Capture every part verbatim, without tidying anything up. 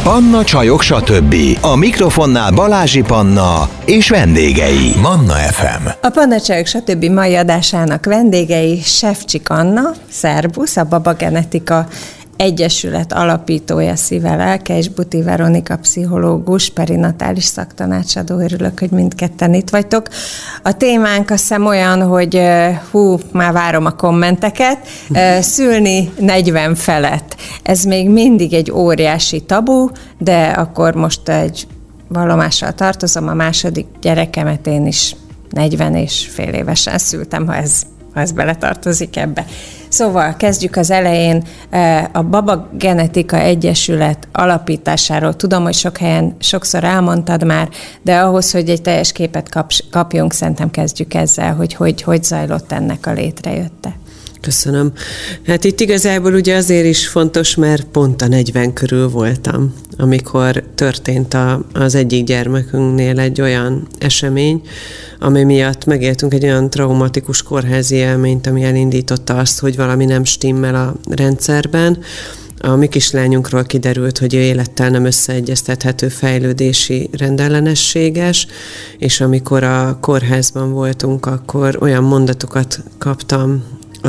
Panna Csajok, stb. A mikrofonnál Balázsi Panna és vendégei. Manna ef em. A Panna Csajok, stb. Mai adásának vendégei Sefcsik Anna, szervusz, a Baba Genetika Egyesület alapítója, szíve, lelke, és Buti Veronika, pszichológus, perinatális szaktanácsadó. Örülök, hogy mindketten itt vagytok. A témánk azt hiszem olyan, hogy hú, már várom a kommenteket, szülni negyven felett. Ez még mindig egy óriási tabu, de akkor most egy vallomással tartozom, a második gyerekemet én is negyven és fél évesen szültem, ha ez ha ez beletartozik ebbe. Szóval kezdjük az elején. A Baba Genetika Egyesület alapításáról tudom, hogy sok helyen sokszor elmondtad már, de ahhoz, hogy egy teljes képet kaps, kapjunk, szerintem kezdjük ezzel, hogy hogy, hogy zajlott ennek a létrejötte. Köszönöm. Hát itt igazából ugye azért is fontos, mert pont a negyven körül voltam, amikor történt a, az egyik gyermekünknél egy olyan esemény, ami miatt megéltünk egy olyan traumatikus kórházi élményt, ami elindította azt, hogy valami nem stimmel a rendszerben. A mi kislányunkról kiderült, hogy ő élettel nem összeegyeztethető fejlődési rendellenességes, és amikor a kórházban voltunk, akkor olyan mondatokat kaptam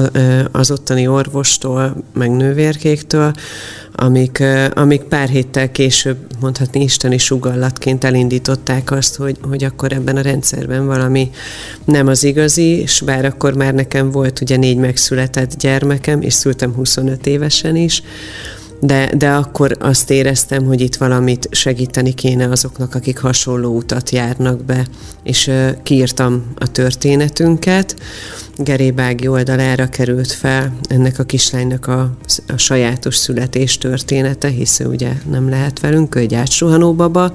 az ottani orvostól, meg nővérkéktől, amik, amik pár héttel később, mondhatni isteni sugallatként elindították azt, hogy, hogy akkor ebben a rendszerben valami nem az igazi, és bár akkor már nekem volt ugye négy megszületett gyermekem, és szültem huszonöt évesen is, De, de akkor azt éreztem, hogy itt valamit segíteni kéne azoknak, akik hasonló utat járnak be, és uh, kiírtam a történetünket. Gerébági oldalára került fel ennek a kislánynak a, a sajátos születés története, hisz ugye nem lehet velünk, ő egy átsuhanó baba,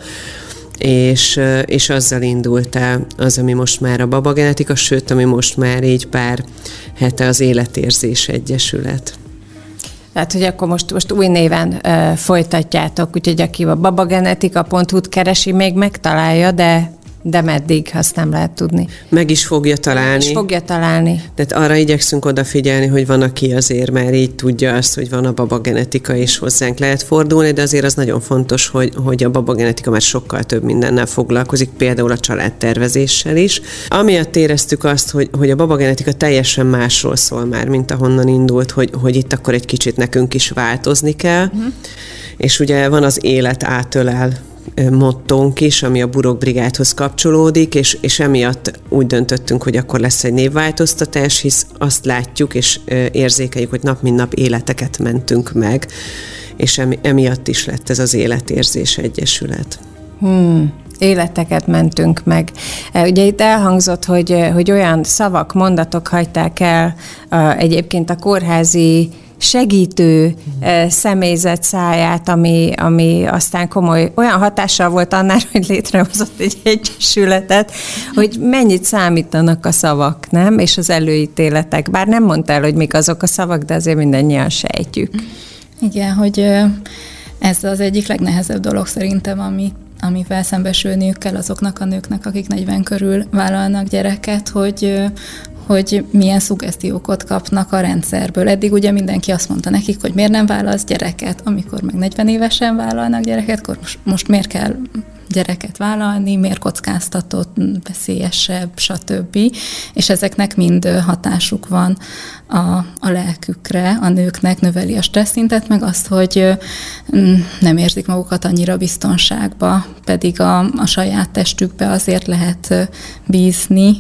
és, uh, és azzal indult el az, ami most már a Baba Genetika, sőt, ami most már így pár hete az Életérzés Egyesület. Tehát, hogy akkor most, most új néven uh, folytatjátok, úgyhogy aki a babagenetika pont hu-t keresi, még megtalálja, de, de meddig, azt nem lehet tudni. Meg is fogja találni. Meg is fogja találni. Tehát arra igyekszünk odafigyelni, hogy van, aki azért már így tudja azt, hogy van a babagenetika, és hozzánk lehet fordulni, de azért az nagyon fontos, hogy, hogy a babagenetika már sokkal több mindennel foglalkozik, például a családtervezéssel is. Amiatt éreztük azt, hogy, hogy a babagenetika teljesen másról szól már, mint ahonnan indult, hogy, hogy itt akkor egy kicsit nekünk is változni kell. Uh-huh. És ugye van az élet átölel mottónk is, ami a Burokbrigádhoz kapcsolódik, és, és emiatt úgy döntöttünk, hogy akkor lesz egy névváltoztatás, hisz azt látjuk és érzékeljük, hogy nap mint nap életeket mentünk meg, és emi, emiatt is lett ez az Életérzés Egyesület. Hmm. Életeket mentünk meg. Ugye itt elhangzott, hogy, hogy olyan szavak, mondatok hagyták el a, egyébként a kórházi segítő mm. személyzet száját, ami, ami aztán komoly, olyan hatással volt annál, hogy létrehozott egy egyesületet, hogy mennyit számítanak a szavak, nem? És az előítéletek. Bár nem mondta el, hogy mik azok a szavak, de azért mindannyian sejtjük. Igen, hogy ez az egyik legnehezebb dolog szerintem, ami amivel szembesülniük kell azoknak a nőknek, akik negyven körül vállalnak gyereket, hogy, hogy milyen szuggesztiókat kapnak a rendszerből. Eddig ugye mindenki azt mondta nekik, hogy miért nem vállalsz gyereket, amikor meg negyven évesen vállalnak gyereket, akkor most, most miért kell gyereket vállalni, miért kockáztatott, veszélyesebb, stb. És ezeknek mind hatásuk van a, a lelkükre, a nőknek, növeli a stresszszintet, meg azt, hogy nem érzik magukat annyira biztonságba, pedig a, a saját testükbe azért lehet bízni.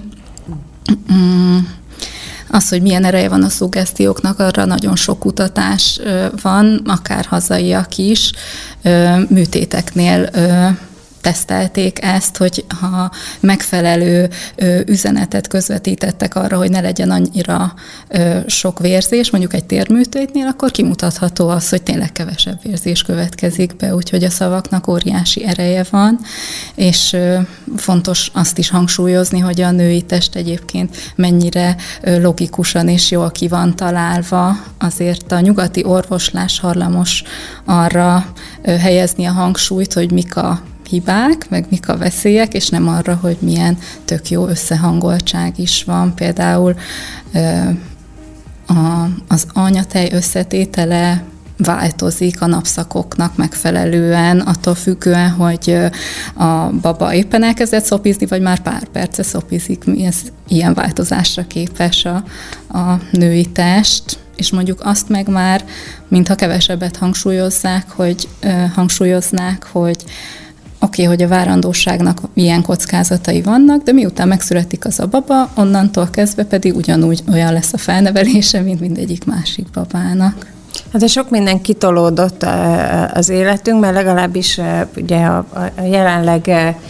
Az, hogy milyen ereje van a szuggesztióknak, arra nagyon sok kutatás van, akár hazaiak is, műtéteknél tesztelték ezt, hogy ha megfelelő ö, üzenetet közvetítettek arra, hogy ne legyen annyira ö, sok vérzés, mondjuk egy térműtétnél, akkor kimutatható az, hogy tényleg kevesebb vérzés következik be, úgyhogy a szavaknak óriási ereje van, és ö, fontos azt is hangsúlyozni, hogy a női test egyébként mennyire ö, logikusan és jól ki van találva, azért a nyugati orvoslás hajlamos arra ö, helyezni a hangsúlyt, hogy mik a hibák, meg mik a veszélyek, és nem arra, hogy milyen tök jó összehangoltság is van. Például a, az anyatej összetétele változik a napszakoknak megfelelően, attól függően, hogy a baba éppen elkezdett szopizni, vagy már pár perce szopizik, ez ilyen változásra képes a, a női test, és mondjuk azt meg már, mintha kevesebbet hangsúlyozzák, hogy hangsúlyoznák, hogy oké, okay, hogy a várandóságnak ilyen kockázatai vannak, de miután megszületik az a baba, onnantól kezdve pedig ugyanúgy olyan lesz a felnevelése, mint mindegyik másik babának. Hát de sok minden kitolódott az életünkben, legalábbis ugye a, a jelenleg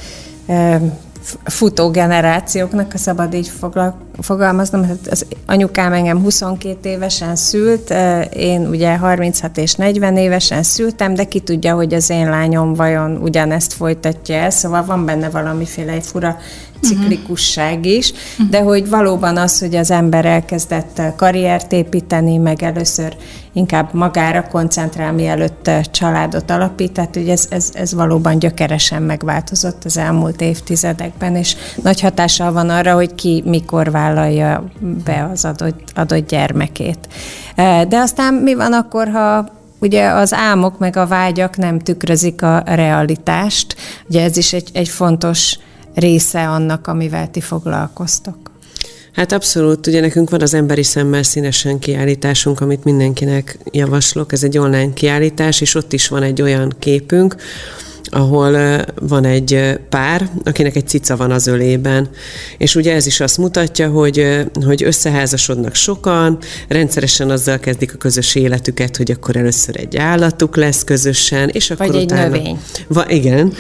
futó generációknak, ha szabad így fogalmaznom, hát az anyukám engem huszonkét évesen szült, én ugye harminchat és negyven évesen szültem, de ki tudja, hogy az én lányom vajon ugyanezt folytatja el, szóval van benne valamiféle fura ciklikusság is, de hogy valóban az, hogy az ember elkezdett karriert építeni, meg először inkább magára koncentrál, mielőtt családot alapít, tehát hogy ez, ez, ez valóban gyökeresen megváltozott az elmúlt évtizedekben, és nagy hatással van arra, hogy ki mikor vállalja be az adott, adott gyermekét. De aztán mi van akkor, ha ugye az álmok meg a vágyak nem tükrözik a realitást? Ugye ez is egy, egy fontos része annak, amivel ti foglalkoztok. Hát abszolút, ugye nekünk van az Emberi Szemmel színesen kiállításunk, amit mindenkinek javaslok, ez egy online kiállítás, és ott is van egy olyan képünk, ahol van egy pár, akinek egy cica van az ölében. És ugye ez is azt mutatja, hogy, hogy összeházasodnak sokan, rendszeresen azzal kezdik a közös életüket, hogy akkor először egy állatuk lesz közösen, és akkor vagy utána... egy növény. Va, igen,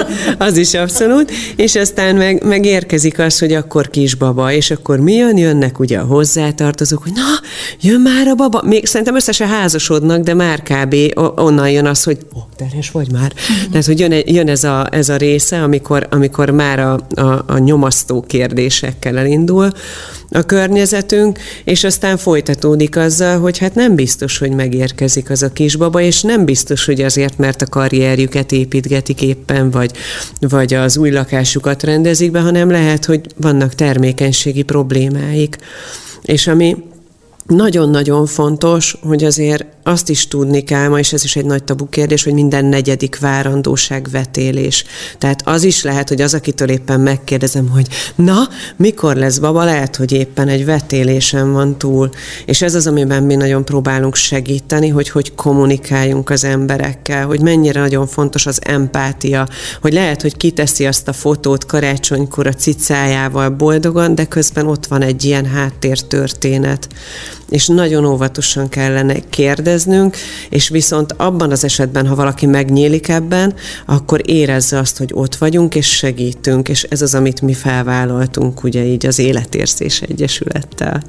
az is abszolút. És aztán meg, megérkezik az, hogy akkor kisbaba, és akkor mi jön? Jönnek ugye a hozzátartozók, hogy na, jön már a baba. Még szerintem össze se házasodnak, de már kb. Onnan jön az, hogy ó, terhes vagy már. Mm-hmm. Tehát, hogy jön, jön ez, a, ez a része, amikor, amikor már a, a, a nyomasztó kérdésekkel elindul a környezetünk, és aztán folytatódik azzal, hogy hát nem biztos, hogy megérkezik az a kisbaba, és nem biztos, hogy azért, mert a karrierjüket építgetik éppen, vagy, vagy az új lakásukat rendezik be, hanem lehet, hogy vannak termékenységi problémáik. És ami nagyon-nagyon fontos, hogy azért azt is tudni kell, ma és ez is egy nagy tabu kérdés, hogy minden negyedik várandóság vetélés. Tehát az is lehet, hogy az, akitől éppen megkérdezem, hogy na, mikor lesz baba, lehet, hogy éppen egy vetélésen van túl. És ez az, amiben mi nagyon próbálunk segíteni, hogy hogy kommunikáljunk az emberekkel, hogy mennyire nagyon fontos az empátia, hogy lehet, hogy kiteszi azt a fotót karácsonykor a cicájával boldogan, de közben ott van egy ilyen háttértörténet. És nagyon óvatosan kellene kérdeznünk, és viszont abban az esetben, ha valaki megnyílik ebben, akkor érezze azt, hogy ott vagyunk, és segítünk, és ez az, amit mi felvállaltunk, ugye így az Életérzés Egyesülettel.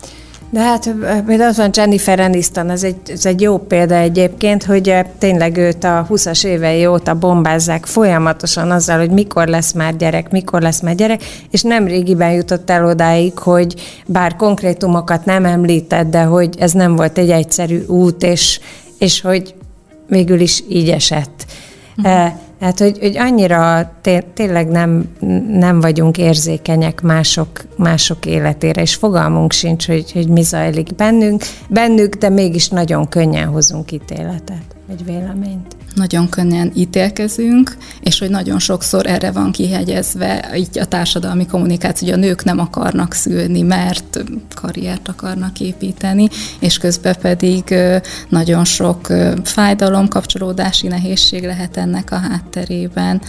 De hát például ott van Jennifer Aniston, ez egy, ez egy jó példa egyébként, hogy tényleg őt a huszas évei óta bombázzák folyamatosan azzal, hogy mikor lesz már gyerek, mikor lesz már gyerek, és nem régiben jutott el odáig, hogy bár konkrétumokat nem említett, de hogy ez nem volt egy egyszerű út, és, és hogy végül is így esett. Mm. Hát, hogy, hogy annyira té- tényleg nem, nem vagyunk érzékenyek mások, mások életére, és fogalmunk sincs, hogy, hogy mi zajlik bennünk, bennük, de mégis nagyon könnyen hozunk ítéletet, vagy véleményt. Nagyon könnyen ítélkezünk, és hogy nagyon sokszor erre van kihegyezve így a társadalmi kommunikáció, hogy a nők nem akarnak szülni, mert karriert akarnak építeni, és közben pedig nagyon sok fájdalom, kapcsolódási nehézség lehet ennek a hátterében.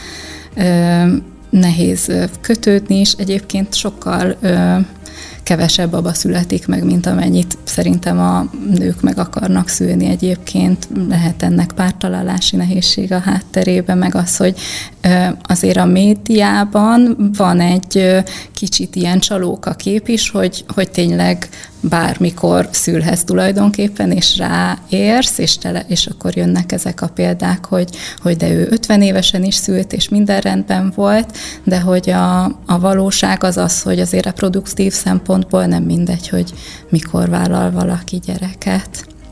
Nehéz kötődni is, egyébként sokkal kevesebb baba születik meg, mint amennyit szerintem a nők meg akarnak szülni egyébként. Lehet ennek pártalálási nehézség a hátterében, meg az, hogy azért a médiában van egy kicsit ilyen csalókakép is, hogy, hogy tényleg bármikor szülhetsz tulajdonképpen, és ráérsz, és, tele, és akkor jönnek ezek a példák, hogy, hogy de ő ötven évesen is szült, és minden rendben volt, de hogy a, a valóság az az, hogy azért reproduktív szempontból nem mindegy, hogy mikor vállal valaki gyereket.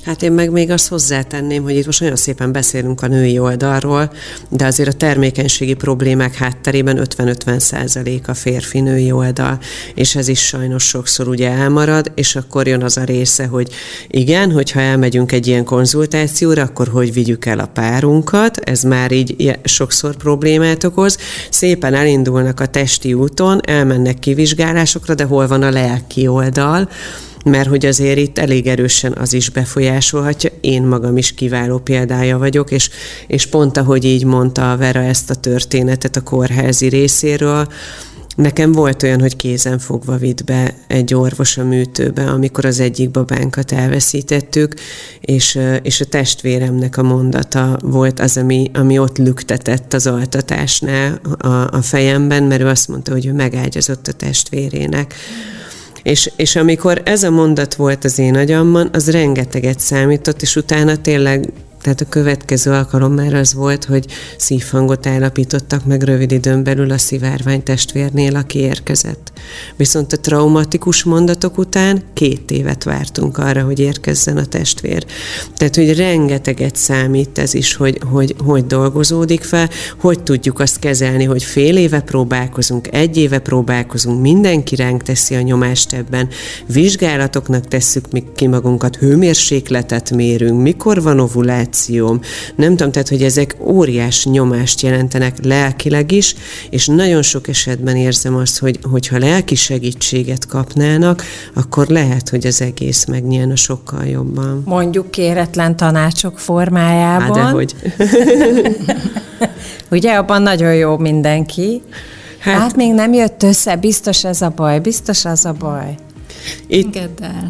Hát én meg még azt hozzátenném, hogy itt most nagyon szépen beszélünk a női oldalról, de azért a termékenységi problémák hátterében ötven-ötven százalék a férfi-női oldal, és ez is sajnos sokszor ugye elmarad, és akkor jön az a része, hogy igen, hogyha elmegyünk egy ilyen konzultációra, akkor hogy vigyük el a párunkat, ez már így sokszor problémát okoz. Szépen elindulnak a testi úton, elmennek kivizsgálásokra, de hol van a lelki oldal, mert hogy azért itt elég erősen az is befolyásolhatja. Én magam is kiváló példája vagyok, és, és pont ahogy így mondta a Vera ezt a történetet a kórházi részéről, nekem volt olyan, hogy kézen fogva vitt be egy orvos a műtőbe, amikor az egyik babánkat elveszítettük, és, és a testvéremnek a mondata volt az, ami, ami ott lüktetett az altatásnál a, a fejemben, mert ő azt mondta, hogy ő megágyazott a testvérének. És, és amikor ez a mondat volt az én agyamban, az rengeteget számított, és utána tényleg, tehát a következő alkalommal az volt, hogy szívhangot állapítottak meg rövid időn belül a szivárvány testvérnél, aki érkezett. Viszont a traumatikus mondatok után két évet vártunk arra, hogy érkezzen a testvér. Tehát, hogy rengeteget számít ez is, hogy hogy, hogy dolgozódik fel, hogy tudjuk azt kezelni, hogy fél éve próbálkozunk, egy éve próbálkozunk, mindenki ránk teszi a nyomást ebben, vizsgálatoknak tesszük ki magunkat, hőmérsékletet mérünk, mikor van ovuláció, nem tudom, tehát, hogy ezek óriás nyomást jelentenek lelkileg is, és nagyon sok esetben érzem azt, hogy hogyha lelki segítséget kapnának, akkor lehet, hogy az egész megnyílna sokkal jobban. Mondjuk kéretlen tanácsok formájában. Há, dehogy. Ugye, abban nagyon jó mindenki. Hát, hát még nem jött össze, biztos ez a baj, biztos az a baj. Itt... Engedd el.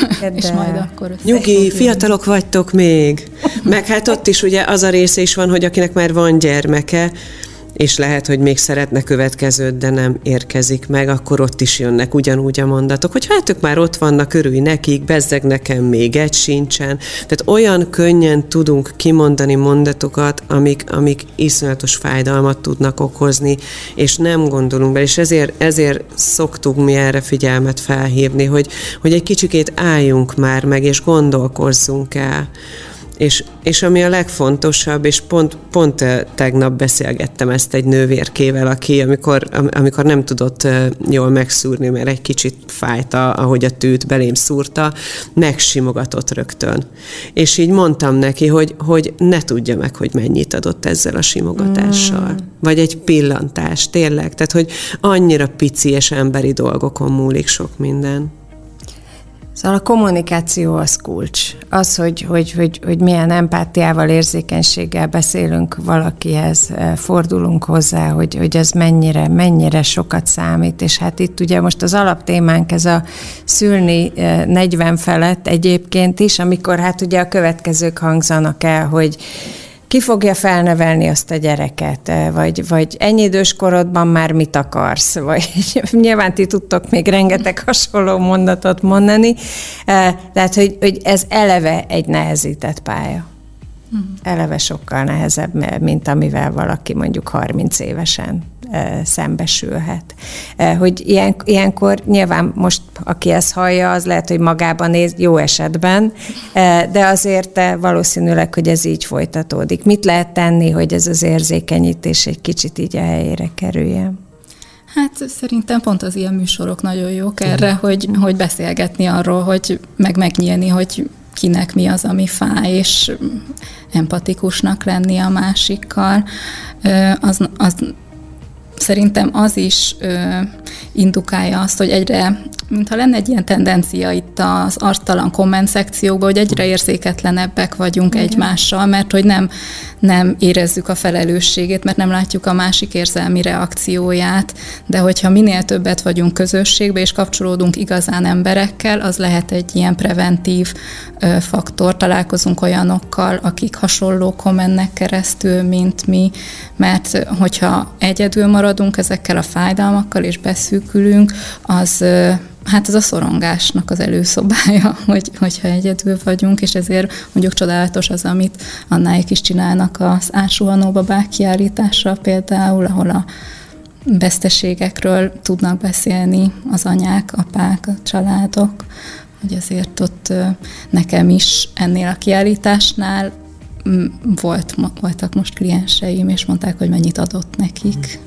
És majd akkor nyugi, fiatalok vagytok még. Meg hát ott is ugye az a része is van, hogy akinek már van gyermeke, és lehet, hogy még szeretne következőt, de nem érkezik meg, akkor ott is jönnek ugyanúgy a mondatok, hogy hát ők már ott vannak, örülj nekik, bezzeg nekem még egy sincsen. Tehát olyan könnyen tudunk kimondani mondatokat, amik, amik iszonyatos fájdalmat tudnak okozni, és nem gondolunk bele, és ezért, ezért szoktuk mi erre figyelmet felhívni, hogy, hogy egy kicsikét álljunk már meg, és gondolkozzunk el. És, és ami a legfontosabb, és pont, pont tegnap beszélgettem ezt egy nővérkével, aki amikor, amikor nem tudott jól megszúrni, mert egy kicsit fájt, ahogy a tűt belém szúrta, megsimogatott rögtön. És így mondtam neki, hogy, hogy ne tudja meg, hogy mennyit adott ezzel a simogatással. Mm. Vagy egy pillantás, tényleg. Tehát, hogy annyira pici és emberi dolgokon múlik sok minden. Szóval a kommunikáció az kulcs. Az, hogy, hogy, hogy, hogy milyen empátiával, érzékenységgel beszélünk valakihez, fordulunk hozzá, hogy, hogy ez mennyire, mennyire sokat számít. És hát itt ugye most az alaptémánk ez a szülni negyven felett egyébként is, amikor hát ugye a következők hangzanak el, hogy ki fogja felnevelni azt a gyereket, vagy, vagy ennyi idős korodban már mit akarsz, vagy nyilván ti tudtok még rengeteg hasonló mondatot mondani, tehát, hogy, hogy ez eleve egy nehezített pálya. Eleve sokkal nehezebb, mint amivel valaki mondjuk harminc évesen szembesülhet. Hogy ilyen, ilyenkor nyilván most, aki ezt hallja, az lehet, hogy magában néz, jó esetben, de azért valószínűleg, hogy ez így folytatódik. Mit lehet tenni, hogy ez az érzékenyítés egy kicsit így a helyére kerüljen? Hát szerintem pont az ilyen műsorok nagyon jók erre, hogy, hogy beszélgetni arról, hogy meg megnyílni, hogy kinek mi az, ami fáj, és empatikusnak lenni a másikkal. Az, az, szerintem az is indukálja azt, hogy egyre, mintha lenne egy ilyen tendencia itt az arctalan komment szekciókban, hogy egyre érzéketlenebbek vagyunk igen. egymással, mert hogy nem, nem érezzük a felelősségét, mert nem látjuk a másik érzelmi reakcióját, de hogyha minél többet vagyunk közösségbe, és kapcsolódunk igazán emberekkel, az lehet egy ilyen preventív ö, faktor. Találkozunk olyanokkal, akik hasonló kommentnek keresztül, mint mi, mert hogyha egyedül maradunk ezekkel a fájdalmakkal, és beszűkülünk, az hát ez a szorongásnak az előszobája, hogy, hogyha egyedül vagyunk, és ezért mondjuk csodálatos az, amit Annáik is csinálnak az Átsuhanó babák kiállításra például, ahol a veszteségekről tudnak beszélni az anyák, apák, a családok, hogy azért ott nekem is ennél a kiállításnál volt, voltak most klienseim, és mondták, hogy mennyit adott nekik.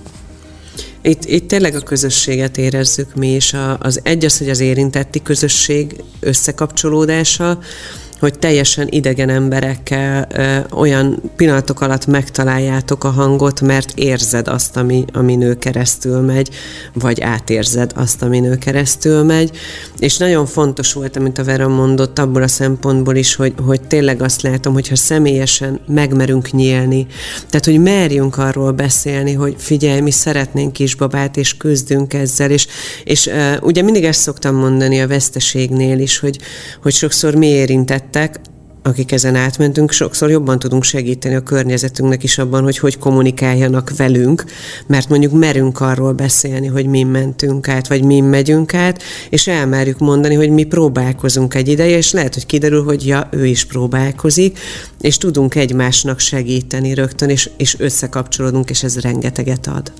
Itt, itt tényleg a közösséget érezzük mi is. Az egy az, hogy az érintetti közösség összekapcsolódása, hogy teljesen idegen emberekkel ö, olyan pillanatok alatt megtaláljátok a hangot, mert érzed azt, ami, ami nő keresztül megy, vagy átérzed azt, ami nő keresztül megy. És nagyon fontos volt, amit a Vera mondott, abból a szempontból is, hogy, hogy tényleg azt látom, hogyha személyesen megmerünk nyílni, tehát, hogy merjünk arról beszélni, hogy figyelj, mi szeretnénk kisbabát, és küzdünk ezzel, és, és ö, ugye mindig ezt szoktam mondani a veszteségnél is, hogy, hogy sokszor mi érintett, akik ezen átmentünk, sokszor jobban tudunk segíteni a környezetünknek is abban, hogy hogy kommunikáljanak velünk, mert mondjuk merünk arról beszélni, hogy mi mentünk át, vagy mi megyünk át, és elmerjük mondani, hogy mi próbálkozunk egy ideje, és lehet, hogy kiderül, hogy ja, ő is próbálkozik, és tudunk egymásnak segíteni rögtön, és, és összekapcsolódunk, és ez rengeteget ad.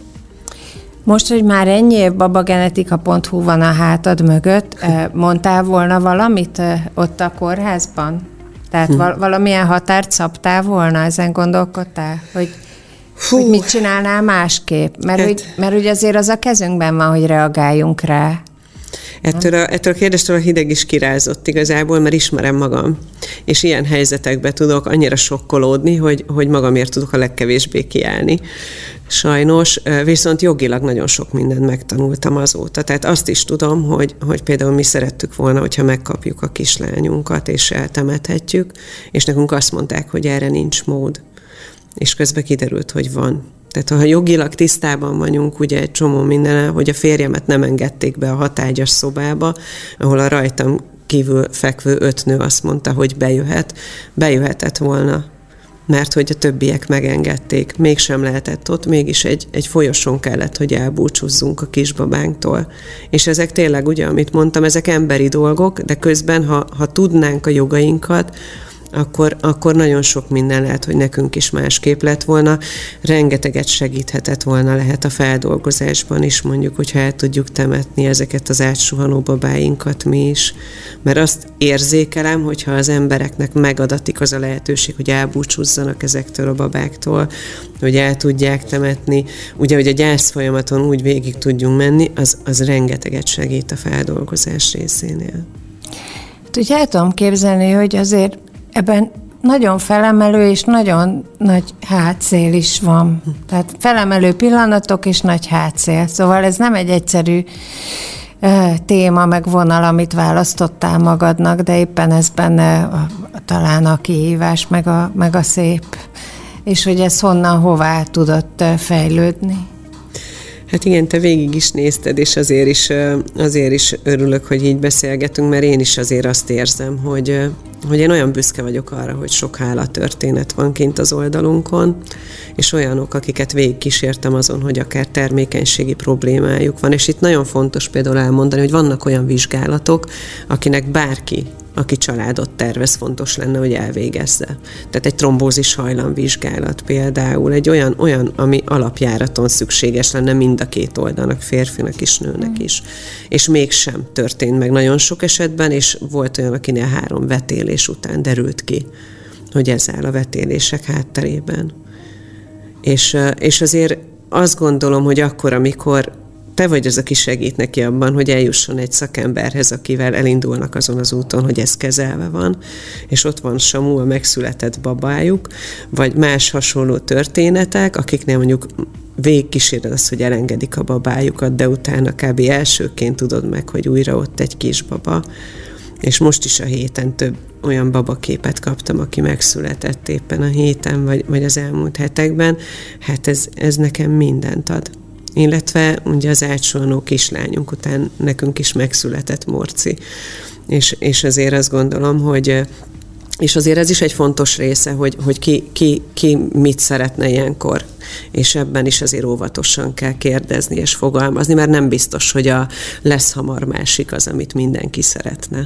Most, hogy már ennyi év babagenetika pont hu van a hátad mögött, mondtál volna valamit ott a kórházban? Tehát hm. val- valamilyen határt szabtál volna, ezen gondolkodtál? Hogy, hogy mit csinálnál másképp? Mert, hát. hogy, mert ugye azért az a kezünkben van, hogy reagáljunk rá. Ettől a, ettől a kérdéstől a hideg is kirázott igazából, mert ismerem magam. És ilyen helyzetekben tudok annyira sokkolódni, hogy, hogy magamért tudok a legkevésbé kiállni. Sajnos, viszont jogilag nagyon sok mindent megtanultam azóta. Tehát azt is tudom, hogy, hogy például mi szerettük volna, hogyha megkapjuk a kislányunkat, és eltemethetjük, és nekünk azt mondták, hogy erre nincs mód. És közben kiderült, hogy van. Tehát ha jogilag tisztában vagyunk, ugye egy csomó mindennel, hogy a férjemet nem engedték be a hatágyas szobába, ahol a rajtam kívül fekvő öt nő azt mondta, hogy bejöhet, bejöhetett volna, mert hogy a többiek megengedték. Mégsem lehetett ott, mégis egy, egy folyosón kellett, hogy elbúcsúzzunk a kisbabánktól. És ezek tényleg, ugye, amit mondtam, ezek emberi dolgok, de közben, ha, ha tudnánk a jogainkat, Akkor, akkor nagyon sok minden lehet, hogy nekünk is másképp lett volna. Rengeteget segíthetett volna lehet a feldolgozásban is, mondjuk, hogyha el tudjuk temetni ezeket az átsuhanó babáinkat mi is. Mert azt érzékelem, hogyha az embereknek megadatik az a lehetőség, hogy elbúcsúzzanak ezektől a babáktól, hogy el tudják temetni, ugye, hogy a gyász folyamaton úgy végig tudjunk menni, az, az rengeteget segít a feldolgozás részénél. Hát ugye el tudom képzelni, hogy azért ebben nagyon felemelő és nagyon nagy hátszél is van. Tehát felemelő pillanatok és nagy hátszél. Szóval ez nem egy egyszerű uh, téma, meg vonal, amit választottál magadnak, de éppen ez benne a, a, talán a kihívás, meg a, meg a szép. És hogy ez honnan, hová tudott uh, fejlődni. Hát igen, te végig is nézted, és azért is, azért is örülök, hogy így beszélgetünk, mert én is azért azt érzem, hogy, hogy én olyan büszke vagyok arra, hogy sok hálatörténet van kint az oldalunkon, és olyanok, akiket végigkísértem azon, hogy akár termékenységi problémájuk van, és itt nagyon fontos például elmondani, hogy vannak olyan vizsgálatok, akinek bárki, aki családot tervez, fontos lenne, hogy elvégezze. Tehát egy trombózis hajlamvizsgálat például, egy olyan, olyan, ami alapjáraton szükséges lenne mind a két oldalnak, férfinak is, nőnek is. És mégsem történt meg nagyon sok esetben, és volt olyan, akinél három vetélés után derült ki, hogy ez áll a vetélések hátterében. És, és azért azt gondolom, hogy akkor, amikor te vagy az, aki segít neki abban, hogy eljusson egy szakemberhez, akivel elindulnak azon az úton, hogy ez kezelve van, és ott van Samu, a megszületett babájuk, vagy más hasonló történetek, akiknél mondjuk végigkíséred azt, hogy elengedik a babájukat, de utána kb. Elsőként tudod meg, hogy újra ott egy kisbaba. És most is a héten több olyan babaképet kaptam, aki megszületett éppen a héten, vagy, vagy az elmúlt hetekben. Hát ez, ez nekem mindent ad. Illetve ugye az átsuhanó kislányunk után nekünk is megszületett Morci. És, és azért azt gondolom, hogy és azért ez is egy fontos része, hogy, hogy ki, ki, ki mit szeretne ilyenkor. És ebben is azért óvatosan kell kérdezni és fogalmazni, mert nem biztos, hogy a lesz hamar másik az, amit mindenki szeretne.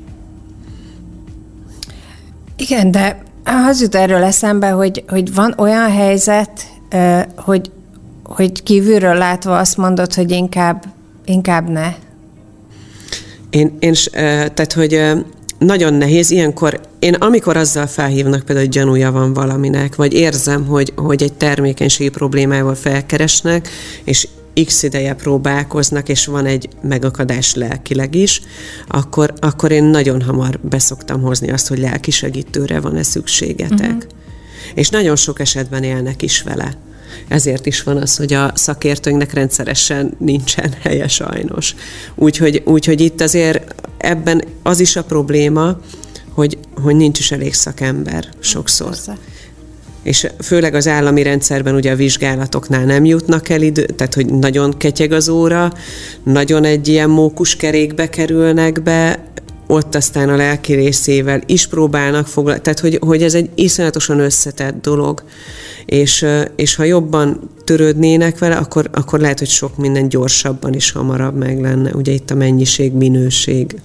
Igen, de az jut erről eszembe, hogy, hogy van olyan helyzet, hogy hogy kívülről látva azt mondod, hogy inkább, inkább ne? Én, én tehát, hogy nagyon nehéz ilyenkor, én amikor azzal felhívnak például, hogy gyanúja van valaminek, vagy érzem, hogy, hogy egy termékenységi problémával felkeresnek, és x ideje próbálkoznak, és van egy megakadás lelkileg is, akkor, akkor én nagyon hamar beszoktam hozni azt, hogy lelki segítőre van-e szükségetek. Uh-huh. És nagyon sok esetben élnek is vele. Ezért is van az, hogy a szakértőnknek rendszeresen nincsen helye sajnos. Úgyhogy, úgyhogy itt azért ebben az is a probléma, hogy, hogy nincs is elég szakember sokszor. Persze. És főleg az állami rendszerben ugye a vizsgálatoknál nem jutnak el idő, tehát hogy nagyon ketyeg az óra, nagyon egy ilyen mókuskerékbe kerülnek be, ott aztán a lelki részével is próbálnak foglalkozni, tehát hogy, hogy ez egy iszonyatosan összetett dolog, és, és ha jobban törődnének vele, akkor, akkor lehet, hogy sok minden gyorsabban és hamarabb meg lenne. Ugye itt a mennyiség, minőség.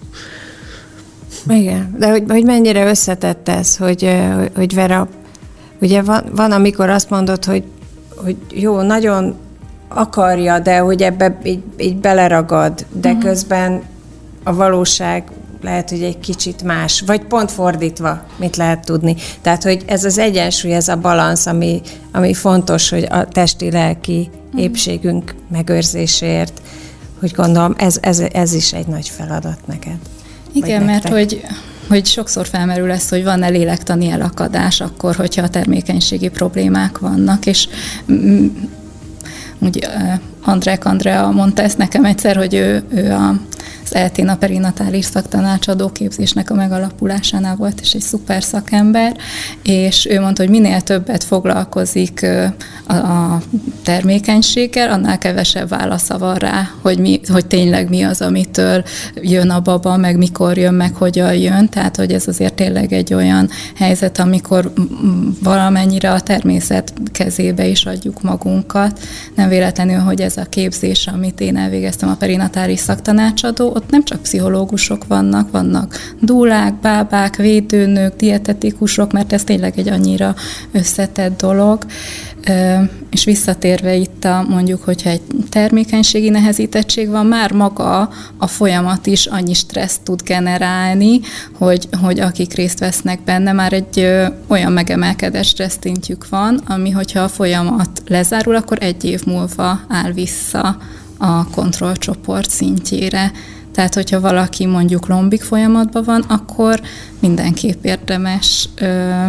Igen, de hogy, hogy mennyire összetett ez, hogy, hogy Vera, ugye van, van, amikor azt mondod, hogy, hogy jó, nagyon akarja, de hogy ebbe így, így beleragad, de uh-huh. közben a valóság lehet, hogy egy kicsit más, vagy pont fordítva, mit lehet tudni. Tehát, hogy ez az egyensúly, ez a balansz, ami, ami fontos, hogy a testi-lelki épségünk megőrzéséért, hogy gondolom, ez, ez, ez is egy nagy feladat neked. Igen, mert hogy, hogy sokszor felmerül ez, hogy van-e lélektani elakadás akkor, hogyha a termékenységi problémák vannak, és mm, úgy Andrák Andrea mondta ezt nekem egyszer, hogy ő, ő a az é té-n a perinatális szaktanácsadó képzésnek a megalapulásánál volt, és egy szuper szakember, és ő mondta, hogy minél többet foglalkozik a, a termékenységgel, annál kevesebb válasza van rá, hogy, mi, hogy tényleg mi az, amitől jön a baba, meg mikor jön, meg hogyan jön, tehát hogy ez azért tényleg egy olyan helyzet, amikor valamennyire a természet kezébe is adjuk magunkat. Nem véletlenül, hogy ez a képzés, amit én elvégeztem, a perinatális szaktanácsadó, ott nem csak pszichológusok vannak, vannak dúlák, bábák, védőnők, dietetikusok, mert ez tényleg egy annyira összetett dolog. És visszatérve itt a, mondjuk, hogyha egy termékenységi nehezítettség van, már maga a folyamat is annyi stresszt tud generálni, hogy, hogy akik részt vesznek benne, már egy ö, olyan megemelkedett stresszintjük van, ami, hogyha a folyamat lezárul, akkor egy év múlva áll vissza a kontrollcsoport szintjére. Tehát, hogyha valaki mondjuk lombik folyamatban van, akkor mindenképp érdemes ö,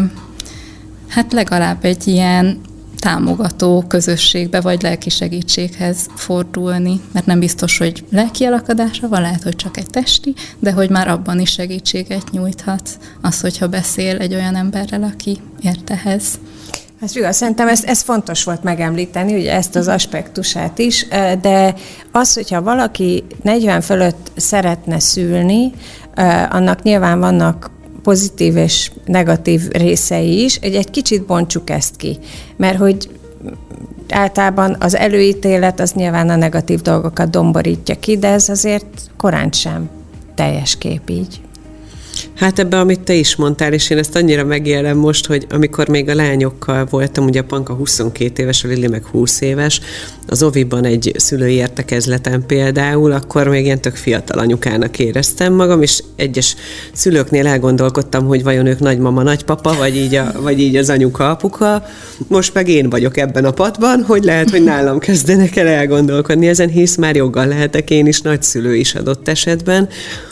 hát legalább egy ilyen támogató közösségbe vagy lelki segítséghez fordulni, mert nem biztos, hogy lelki elakadása van, lehet, hogy csak egy testi, de hogy már abban is segítséget nyújthat az, hogyha beszél egy olyan emberrel, aki ért ehhez. Hát jó, szerintem ez, ez fontos volt megemlíteni, ugye ezt az aspektusát is, de az, hogyha valaki negyven fölött szeretne szülni, annak nyilván vannak pozitív és negatív részei is, hogy egy kicsit bontsuk ezt ki, mert hogy általában az előítélet az nyilván a negatív dolgokat domborítja ki, de ez azért korán sem teljes kép így. Hát ebben, amit te is mondtál, és én ezt annyira megélem most, hogy amikor még a lányokkal voltam, ugye a Panka huszonkét éves, a Lili meg húsz éves, az oviban egy szülői értekezleten például, akkor még ilyen tök fiatal anyukának éreztem magam, és egyes szülőknél elgondolkodtam, hogy vajon ők nagymama, nagypapa, vagy így, a, vagy így az anyuka, apuka. Most meg én vagyok ebben a padban, hogy lehet, hogy nálam kezdenek el elgondolkodni ezen, hisz már joggal lehetek én is nagyszülő is adott esetben.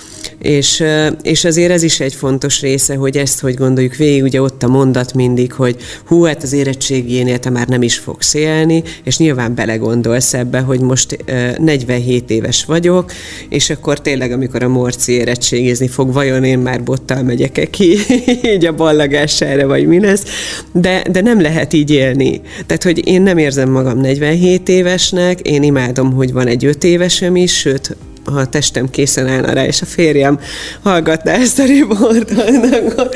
És, és azért ez is egy fontos része, hogy ezt, hogy gondoljuk végig, ugye ott a mondat mindig, hogy hú, hát az érettségénél te már nem is fogsz élni, és nyilván belegondolsz ebbe, hogy most negyvenhét éves vagyok, és akkor tényleg, amikor a Morci érettségizni fog, vajon én már bottal megyek-e ki, így a ballagására, vagy mi lesz, de, de nem lehet így élni. Tehát, hogy én nem érzem magam negyvenhét évesnek, én imádom, hogy van egy öt évesem is, sőt, ha a testem készen állna rá, és a férjem hallgatná ezt a riportot,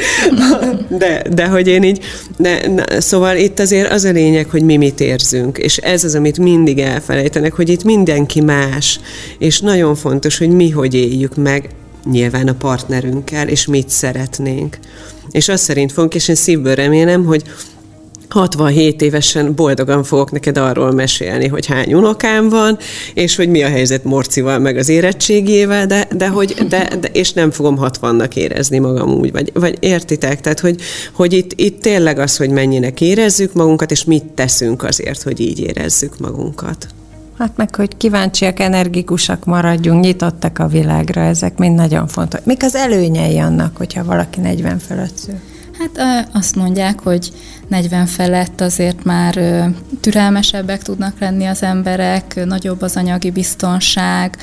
de, de hogy én így, de, na, szóval itt azért az a lényeg, hogy mi mit érzünk, és ez az, amit mindig elfelejtenek, hogy itt mindenki más, és nagyon fontos, hogy mi hogy éljük meg nyilván a partnerünkkel, és mit szeretnénk. És azt szerint fogunk, és én szívből remélem, hogy hatvanhét évesen boldogan fogok neked arról mesélni, hogy hány unokám van, és hogy mi a helyzet Morcival, meg az érettségével, de, de hogy, de, de, és nem fogom hatvannak érezni magam úgy, vagy, vagy értitek? Tehát, hogy, hogy itt, itt tényleg az, hogy mennyinek érezzük magunkat, és mit teszünk azért, hogy így érezzük magunkat. Hát meg, hogy kíváncsiak, energikusak maradjunk, nyitottak a világra, ezek mind nagyon fontos. Mik az előnyei annak, hogyha valaki negyven fölött szül? Hát azt mondják, hogy negyven felett azért már türelmesebbek tudnak lenni az emberek, nagyobb az anyagi biztonság.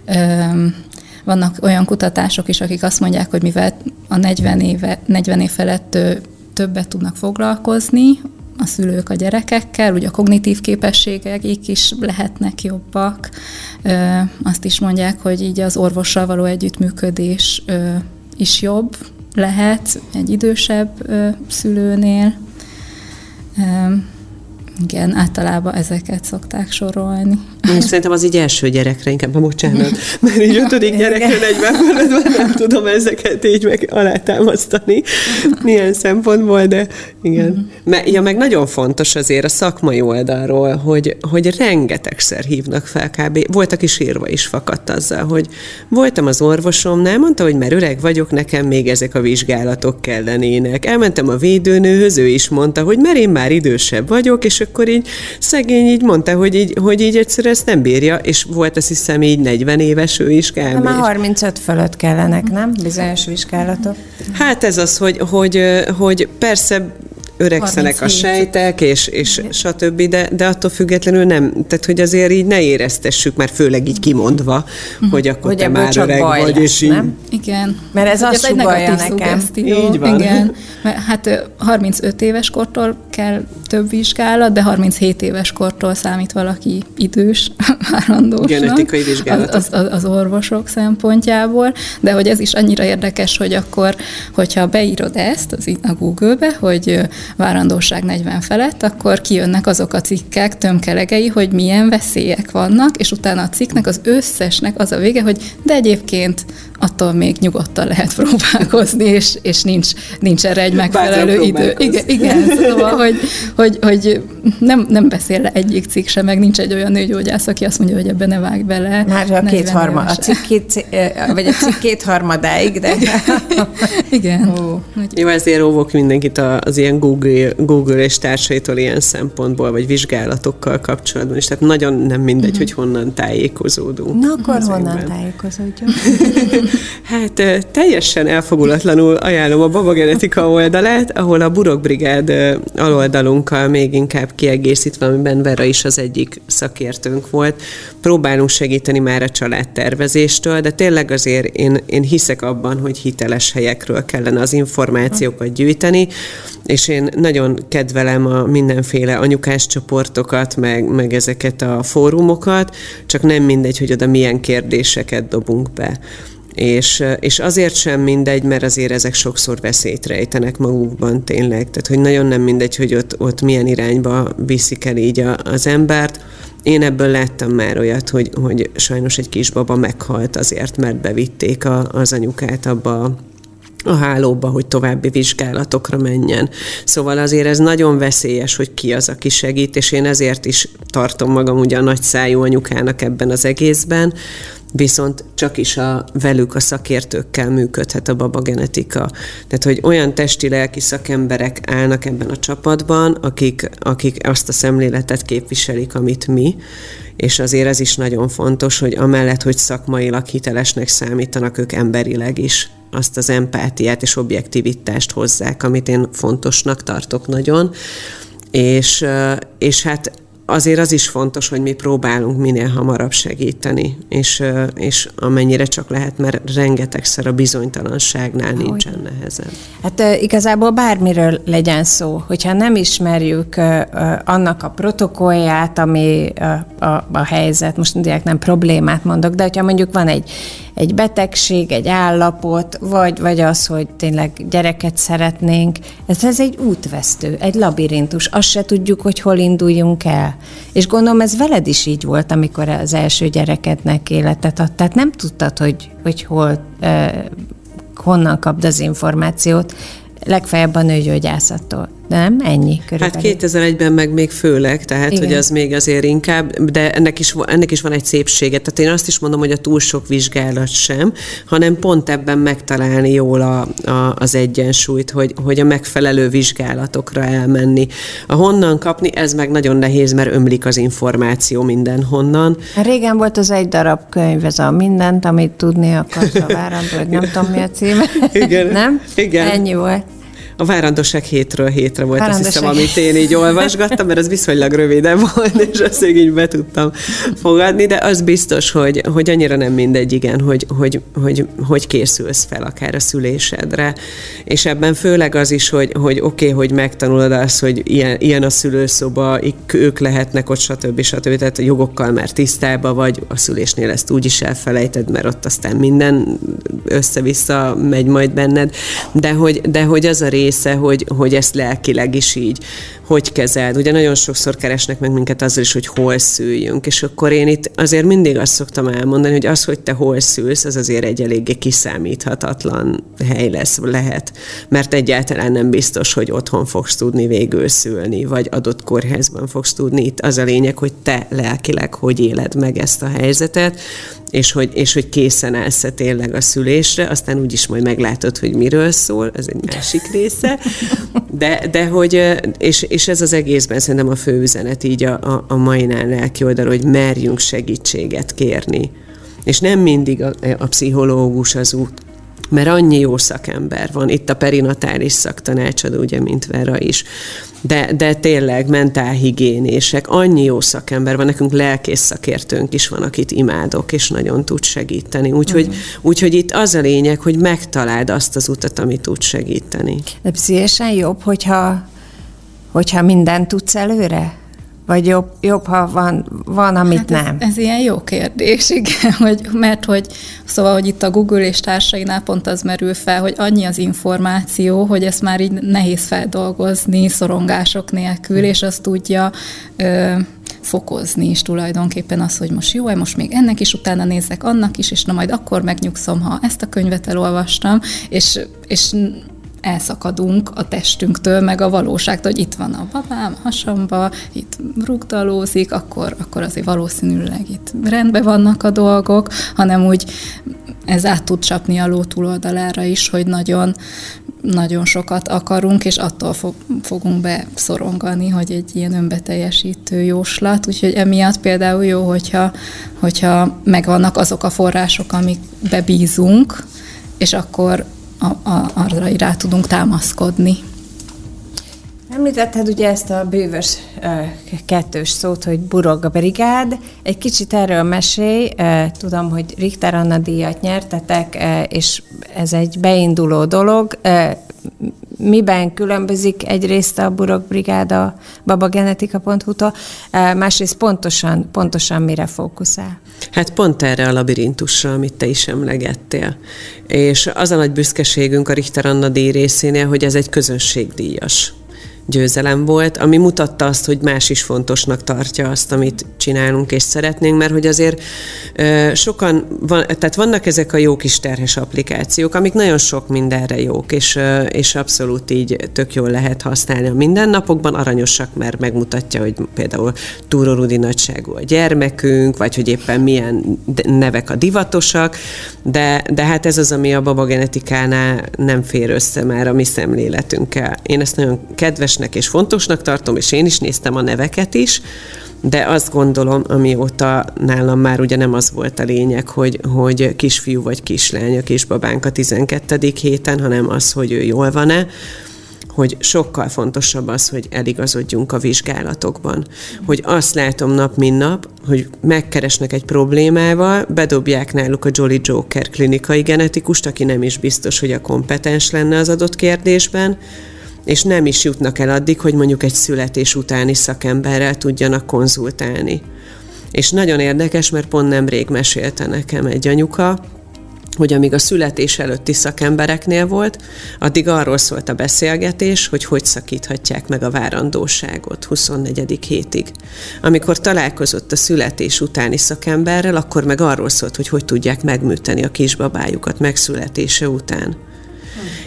Vannak olyan kutatások is, akik azt mondják, hogy mivel a negyven, éve, negyven év felett többet tudnak foglalkozni a szülők a gyerekekkel, ugye a kognitív képességeik is lehetnek jobbak. Azt is mondják, hogy így az orvossal való együttműködés is jobb lehet egy idősebb ö, szülőnél. Ö, igen, általában ezeket szokták sorolni. Én szerintem az így első gyerekre inkább, bocsánat, mert így ötödik gyerekre negyven fölött nem tudom ezeket így meg alátámasztani milyen szempontból, de igen. Uh-huh. Me, ja, meg nagyon fontos azért a szakmai oldalról, hogy, hogy rengetegszer hívnak fel kb. Volt, aki sírva is fakadt azzal, hogy voltam az orvosomnál, mondta, hogy mert öreg vagyok, nekem még ezek a vizsgálatok kellenének. Elmentem a védőnőhöz, ő is mondta, hogy mert én már idősebb vagyok, és akkor így szegény így mondta, hogy így, hogy így egyszerűen ezt nem bírja, és volt azt hiszem így negyven éves ő is kb. Már harmincöt fölött kellenek, nem? Bizonyos vizsgálatok. Hát ez az, hogy, hogy, hogy persze öregszenek a sejtek, és, és stb., de, de attól függetlenül nem, tehát hogy azért így ne éreztessük, már főleg így kimondva, uh-huh. hogy akkor hogy te már öreg vagy, lesz, és így... Nem? Igen. Mert ez azt sugalja nekem. Így van. Igen. Mert hát harmincöt éves kortól kell több vizsgálat, de harminchét éves kortól számít valaki idős várandósnak. Genetikai vizsgálatok. Az, az, az orvosok szempontjából, de hogy ez is annyira érdekes, hogy akkor, hogyha beírod ezt az, a Google-be, hogy várandóság negyven felett, akkor kijönnek azok a cikkek tömkelegei, hogy milyen veszélyek vannak, és utána a cikknek az összesnek az a vége, hogy de egyébként attól még nyugodtan lehet próbálkozni, és, és nincs, nincs erre egy megfelelő idő. Igen, igen, szóval, hogy, hogy, hogy nem, nem beszél le egyik cikk sem, meg nincs egy olyan nőgyógyász, aki azt mondja, hogy ebbe ne vágj bele. Már a kétharma, a cikk két, vagy a cikk kétharmadáig, de... Igen. Ó. Jó, ezért óvok mindenkit az ilyen Google, Google és társaitól ilyen szempontból, vagy vizsgálatokkal kapcsolatban is. Tehát nagyon nem mindegy, uh-huh. hogy honnan tájékozódunk. Na akkor honnan tájékozódjunk? Hát teljesen elfogulatlanul ajánlom a Baba Genetika oldalát, ahol a Burokbrigád aloldalunkkal még inkább kiegészítve, amiben Vera is az egyik szakértőnk volt. Próbálunk segíteni már a családtervezéstől, de tényleg azért én, én hiszek abban, hogy hiteles helyekről kellene az információkat gyűjteni, és én nagyon kedvelem a mindenféle anyukás csoportokat, meg, meg ezeket a fórumokat, csak nem mindegy, hogy oda milyen kérdéseket dobunk be. És, és azért sem mindegy, mert azért ezek sokszor veszélyt rejtenek magukban tényleg. Tehát, hogy nagyon nem mindegy, hogy ott, ott milyen irányba viszik el így a, az embert. Én ebből láttam már olyat, hogy, hogy sajnos egy kisbaba meghalt azért, mert bevitték a, az anyukát abba a hálóba, hogy további vizsgálatokra menjen. Szóval azért ez nagyon veszélyes, hogy ki az, aki segít, és én ezért is tartom magam ugye a nagyszájú anyukának ebben az egészben, viszont csak is a velük, a szakértőkkel működhet a babagenetika. Tehát, hogy olyan testi-lelki szakemberek állnak ebben a csapatban, akik, akik azt a szemléletet képviselik, amit mi, és azért ez is nagyon fontos, hogy amellett, hogy szakmailag hitelesnek számítanak, ők emberileg is azt az empátiát és objektivitást hozzák, amit én fontosnak tartok nagyon. És, és hát azért az is fontos, hogy mi próbálunk minél hamarabb segíteni, és, és amennyire csak lehet, mert rengetegszer a bizonytalanságnál Ahogy. nincsen nehezen. Hát igazából bármiről legyen szó, hogyha nem ismerjük annak a protokollját, ami a, a, a helyzet, most mondják, nem problémát mondok, de hogyha mondjuk van egy, egy betegség, egy állapot, vagy, vagy az, hogy tényleg gyereket szeretnénk, ez, ez egy útvesztő, egy labirintus, azt se tudjuk, hogy hol induljunk el. És gondolom, ez veled is így volt, amikor az első gyerekednek életet ad. Tehát nem tudtad, hogy, hogy hol, eh, honnan kapd az információt, legfeljebb a nőgyógyászattól. nem? Ennyi körülbelül. Hát kétezer-egyben meg még főleg, tehát igen. Hogy az még azért inkább, de ennek is, ennek is van egy szépsége. Tehát én azt is mondom, hogy a túl sok vizsgálat sem, hanem pont ebben megtalálni jól a, a, az egyensúlyt, hogy, hogy a megfelelő vizsgálatokra elmenni. A honnan kapni, ez meg nagyon nehéz, mert ömlik az információ mindenhonnan. Régen volt az egy darab könyv, ez a mindent, amit tudni akarsz a várandó, hogy nem tudom mi a címe. Igen. Nem? Igen. Ennyi volt. A várandóság hétről hétre volt, azt hiszem, amit én így olvasgattam, mert az viszonylag rövidebb volt, és azt így be tudtam fogadni, de az biztos, hogy, hogy annyira nem mindegy, igen, hogy, hogy, hogy, hogy készülsz fel akár a szülésedre. És ebben főleg az is, hogy, hogy oké, okay, hogy megtanulod azt, hogy ilyen, ilyen a szülőszoba, ők lehetnek ott, stb. stb. Tehát a jogokkal már tisztában vagy, a szülésnél ezt úgy is elfelejted, mert ott aztán minden össze-vissza megy majd benned, de hogy, de hogy az a rész, Hogy, hogy ezt lelkileg is így, hogy kezeld. Ugye nagyon sokszor keresnek meg minket azzal is, hogy hol szüljünk, és akkor én itt azért mindig azt szoktam elmondani, hogy az, hogy te hol szülsz, az azért egy eléggé kiszámíthatatlan hely lesz, lehet, mert egyáltalán nem biztos, hogy otthon fogsz tudni végül szülni, vagy adott kórházban fogsz tudni. Itt az a lényeg, hogy te lelkileg hogy éled meg ezt a helyzetet, és hogy, és hogy készen állsz tényleg a szülésre, aztán úgyis majd meglátod, hogy miről szól, ez egy másik része, de, de hogy, és, és ez az egészben szerintem a fő üzenet így a, a, a mainál lelki oldalról, hogy merjünk segítséget kérni. És nem mindig a, a pszichológus az út, mert annyi jó szakember van, itt a perinatális szaktanácsadó, ugye, mint Vera is, de, de tényleg mentálhigiénések, annyi jó szakember van, nekünk lelkész szakértőnk is van, akit imádok, és nagyon tud segíteni. Úgyhogy, uh-huh. úgyhogy itt az a lényeg, hogy megtaláld azt az utat, ami tud segíteni. De pszichésen jobb, hogyha, hogyha mindent tudsz előre? Vagy jobb, jobb ha van, van amit hát ez, nem? Ez ilyen jó kérdés, igen, hogy, mert hogy szóval, hogy itt a Google és társainál pont az merül fel, hogy annyi az információ, hogy ezt már így nehéz feldolgozni szorongások nélkül, és azt tudja ö, fokozni is tulajdonképpen az, hogy most jó, most még ennek is utána nézzek, annak is, és na majd akkor megnyugszom, ha ezt a könyvet elolvastam, és, és elszakadunk a testünktől, meg a valóságtól, hogy itt van a babám hasamba, itt rugdalózik, akkor, akkor azért valószínűleg itt rendben vannak a dolgok, hanem úgy ez át tud csapni a ló túloldalára is, hogy nagyon, nagyon sokat akarunk, és attól fog, fogunk beszorongani, hogy egy ilyen önbeteljesítő jóslat, úgyhogy emiatt például jó, hogyha, hogyha megvannak azok a források, amikbe bízunk, és akkor A, a, arra rá tudunk támaszkodni. Említetted ugye ezt a bűvös uh, kettős szót, hogy burog a brigád. Egy kicsit erről mesélj. Uh, tudom, hogy Richter Anna díjat nyertetek, uh, és ez egy beinduló dolog. Uh, miben különbözik egyrészt a Burog Brigád a babagenetika pont hu-tól, uh, másrészt pontosan, pontosan mire fókuszál? Hát pont erre a labirintusra, amit te is emlegettél. És az a nagy büszkeségünk a Richter Anna díj részénél, hogy ez egy közönségdíjas győzelem volt, ami mutatta azt, hogy más is fontosnak tartja azt, amit csinálunk és szeretnénk, mert hogy azért ö, sokan, van, tehát vannak ezek a jó kis terhes applikációk, amik nagyon sok mindenre jók, és, ö, és abszolút így tök jól lehet használni a mindennapokban, aranyosak, mert megmutatja, hogy például Túró Rudi nagyságú a gyermekünk, vagy hogy éppen milyen nevek a divatosak, de, de hát ez az, ami a babagenetikánál nem fér össze már a mi szemléletünkkel. Én ezt nagyon kedves és fontosnak tartom, és én is néztem a neveket is, de azt gondolom, amióta nálam már ugye nem az volt a lényeg, hogy, hogy kisfiú vagy kislány a kisbabánk a tizenkettedik héten, hanem az, hogy ő jól van-e, hogy sokkal fontosabb az, hogy eligazodjunk a vizsgálatokban. Hogy azt látom nap, mint nap, hogy megkeresnek egy problémával, bedobják náluk a Jolly Joker klinikai genetikust, aki nem is biztos, hogy a kompetens lenne az adott kérdésben, és nem is jutnak el addig, hogy mondjuk egy születés utáni szakemberrel tudjanak konzultálni. És nagyon érdekes, mert pont nemrég mesélte nekem egy anyuka, hogy amíg a születés előtti szakembereknél volt, addig arról szólt a beszélgetés, hogy hogy szakíthatják meg a várandóságot huszonnegyedik hétig. Amikor találkozott a születés utáni szakemberrel, akkor meg arról szólt, hogy hogy tudják megműteni a kisbabájukat megszületése után.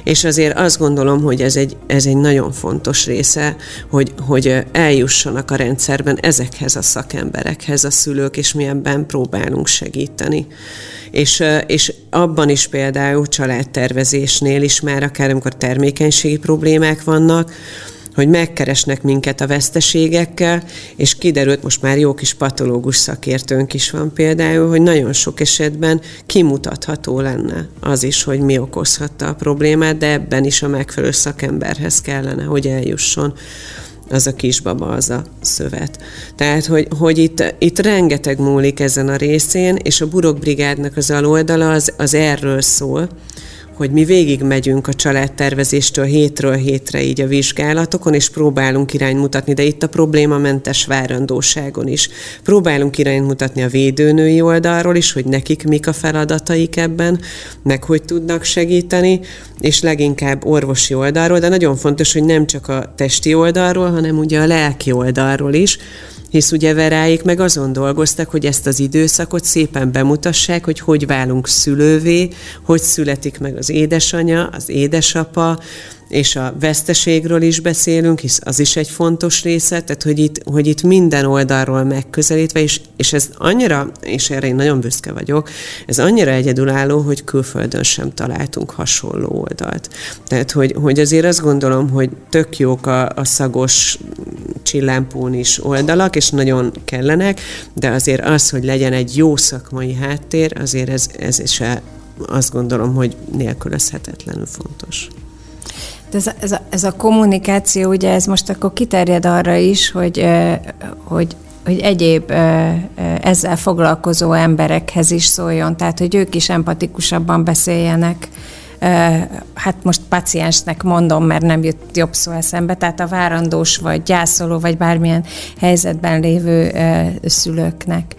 És azért azt gondolom, hogy ez egy, ez egy nagyon fontos része, hogy, hogy eljussanak a rendszerben ezekhez a szakemberekhez a szülők, és mi ebben próbálunk segíteni. És, és abban is például családtervezésnél is már akár amikor termékenységi problémák vannak, hogy megkeresnek minket a veszteségekkel, és kiderült, most már jó kis patológus szakértőnk is van például, hogy nagyon sok esetben kimutatható lenne az is, hogy mi okozhatta a problémát, de ebben is a megfelelő szakemberhez kellene, hogy eljusson az a kisbaba, az a szövet. Tehát, hogy, hogy itt, itt rengeteg múlik ezen a részén, és a Burokbrigádnak az aloldala az, az erről szól, hogy mi végig megyünk a családtervezéstől hétről hétre így a vizsgálatokon, és próbálunk irányt mutatni, de itt a problémamentes várandóságon is. Próbálunk irányt mutatni a védőnői oldalról is, hogy nekik mik a feladataik ebben, meg hogy tudnak segíteni, és leginkább orvosi oldalról, de nagyon fontos, hogy nem csak a testi oldalról, hanem ugye a lelki oldalról is, hisz ugye Veráik meg azon dolgoztak, hogy ezt az időszakot szépen bemutassák, hogy hogy válunk szülővé, hogy születik meg az édesanyja, az édesapa, és a veszteségről is beszélünk, hisz az is egy fontos része, tehát hogy itt, hogy itt minden oldalról megközelítve, és, és ez annyira, és erre én nagyon büszke vagyok, ez annyira egyedülálló, hogy külföldön sem találtunk hasonló oldalt. Tehát, hogy, hogy azért azt gondolom, hogy tök jók a, a szagos csillámpón is oldalak, és nagyon kellenek, de azért az, hogy legyen egy jó szakmai háttér, azért ez, ez is azt gondolom, hogy nélkülözhetetlenül fontos. Ez a, ez, a, ez a kommunikáció, ugye ez most akkor kiterjed arra is, hogy, hogy, hogy egyéb ezzel foglalkozó emberekhez is szóljon, tehát hogy ők is empatikusabban beszéljenek. Hát most paciensnek mondom, mert nem jut jobb szó eszembe, tehát a várandós, vagy gyászoló, vagy bármilyen helyzetben lévő szülőknek.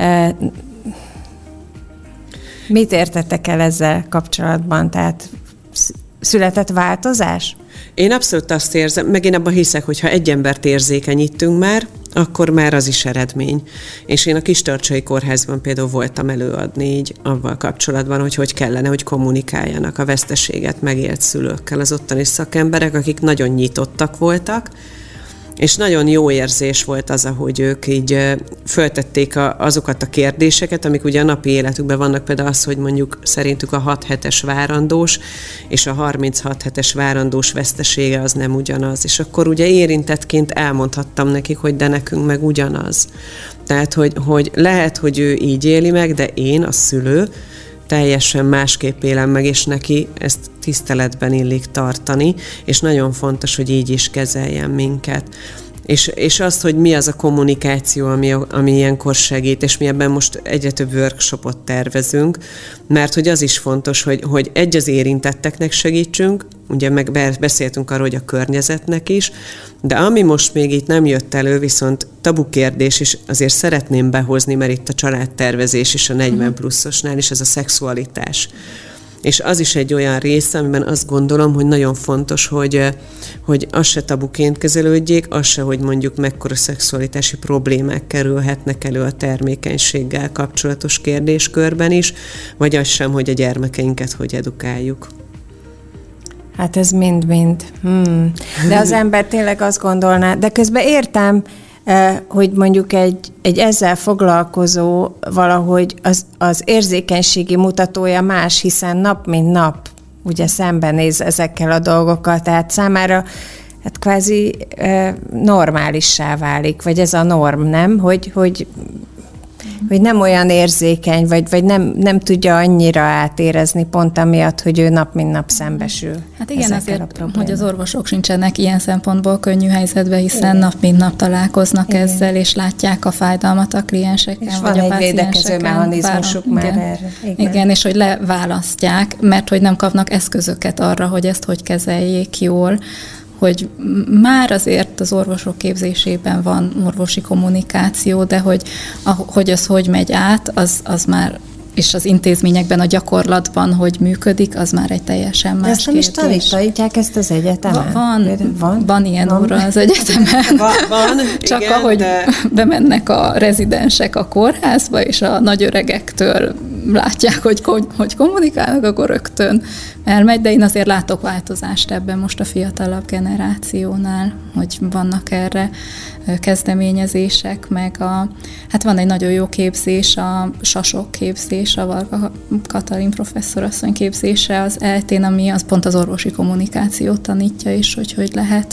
Mit értettek el ezzel kapcsolatban? Tehát született változás? Én abszolút azt érzem, meg én abban hiszek, hogy ha egy embert érzékenyítünk már, akkor már az is eredmény. És én a Kistarcsai Kórházban például voltam előadni így avval kapcsolatban, hogy hogy kellene, hogy kommunikáljanak a veszteséget megélt szülőkkel az ottani szakemberek, akik nagyon nyitottak voltak, és nagyon jó érzés volt az, ahogy ők így föltették a, azokat a kérdéseket, amik ugye a napi életükben vannak, például az, hogy mondjuk szerintük a hat hetes várandós és a harminchat hetes várandós vesztesége az nem ugyanaz. És akkor ugye érintettként elmondhattam nekik, hogy de nekünk meg ugyanaz. Tehát, hogy, hogy lehet, hogy ő így éli meg, de én, a szülő, teljesen másképp élem meg, és neki ezt tiszteletben illik tartani, és nagyon fontos, hogy így is kezeljen minket. És, és azt, hogy mi az a kommunikáció, ami, ami ilyenkor segít, és mi ebben most egyre több workshopot tervezünk, mert hogy az is fontos, hogy, hogy egy az érintetteknek segítsünk, ugye meg beszéltünk arról, hogy a környezetnek is, de ami most még itt nem jött elő, viszont tabu kérdés, és azért szeretném behozni, mert itt a családtervezés és a negyven pluszosnál is ez a szexualitás. És az is egy olyan része, amiben azt gondolom, hogy nagyon fontos, hogy, hogy az se tabuként kezelődjék, az se, hogy mondjuk mekkora szexualitási problémák kerülhetnek elő a termékenységgel kapcsolatos kérdéskörben is, vagy az sem, hogy a gyermekeinket hogy edukáljuk. Hát ez mind-mind. Hmm. De az ember tényleg azt gondolná, de közben értem, hogy mondjuk egy, egy ezzel foglalkozó valahogy az, az érzékenységi mutatója más, hiszen nap mint nap ugye szembenéz ezekkel a dolgokkal, tehát számára hát kvázi normálissá válik, vagy ez a norm, nem? Hogy, hogy, hogy nem olyan érzékeny, vagy, vagy nem, nem tudja annyira átérezni pont amiatt, hogy ő nap mint nap szembesül. Hát igen, azért, hogy az orvosok sincsenek ilyen szempontból könnyű helyzetben, hiszen igen. nap mint nap találkoznak igen. ezzel, és látják a fájdalmat a klienseken, és vagy van a egy védekező mechanizmusuk már igen. erre. Igen. igen, és hogy leválasztják, mert hogy nem kapnak eszközöket arra, hogy ezt hogy kezeljék jól, hogy már azért az orvosok képzésében van orvosi kommunikáció, de hogy, hogy az hogy megy át, az, az már, és az intézményekben, a gyakorlatban, hogy működik, az már egy teljesen más kérdés. De ezt nem is tanítják ezt az egyetemen? Van, van, van ilyen van. óra az egyetemen. Van, van Csak igen, ahogy de... bemennek a rezidensek a kórházba, és a nagyöregektől látják, hogy, hogy kommunikálnak, akkor rögtön elmegy, de én azért látok változást ebben most a fiatalabb generációnál, hogy vannak erre kezdeményezések, meg a, hát van egy nagyon jó képzés, a sasok képzés, a Varga Katalin professzorasszony képzése az é té-n, ami az pont az orvosi kommunikációt tanítja, és hogy hogy lehet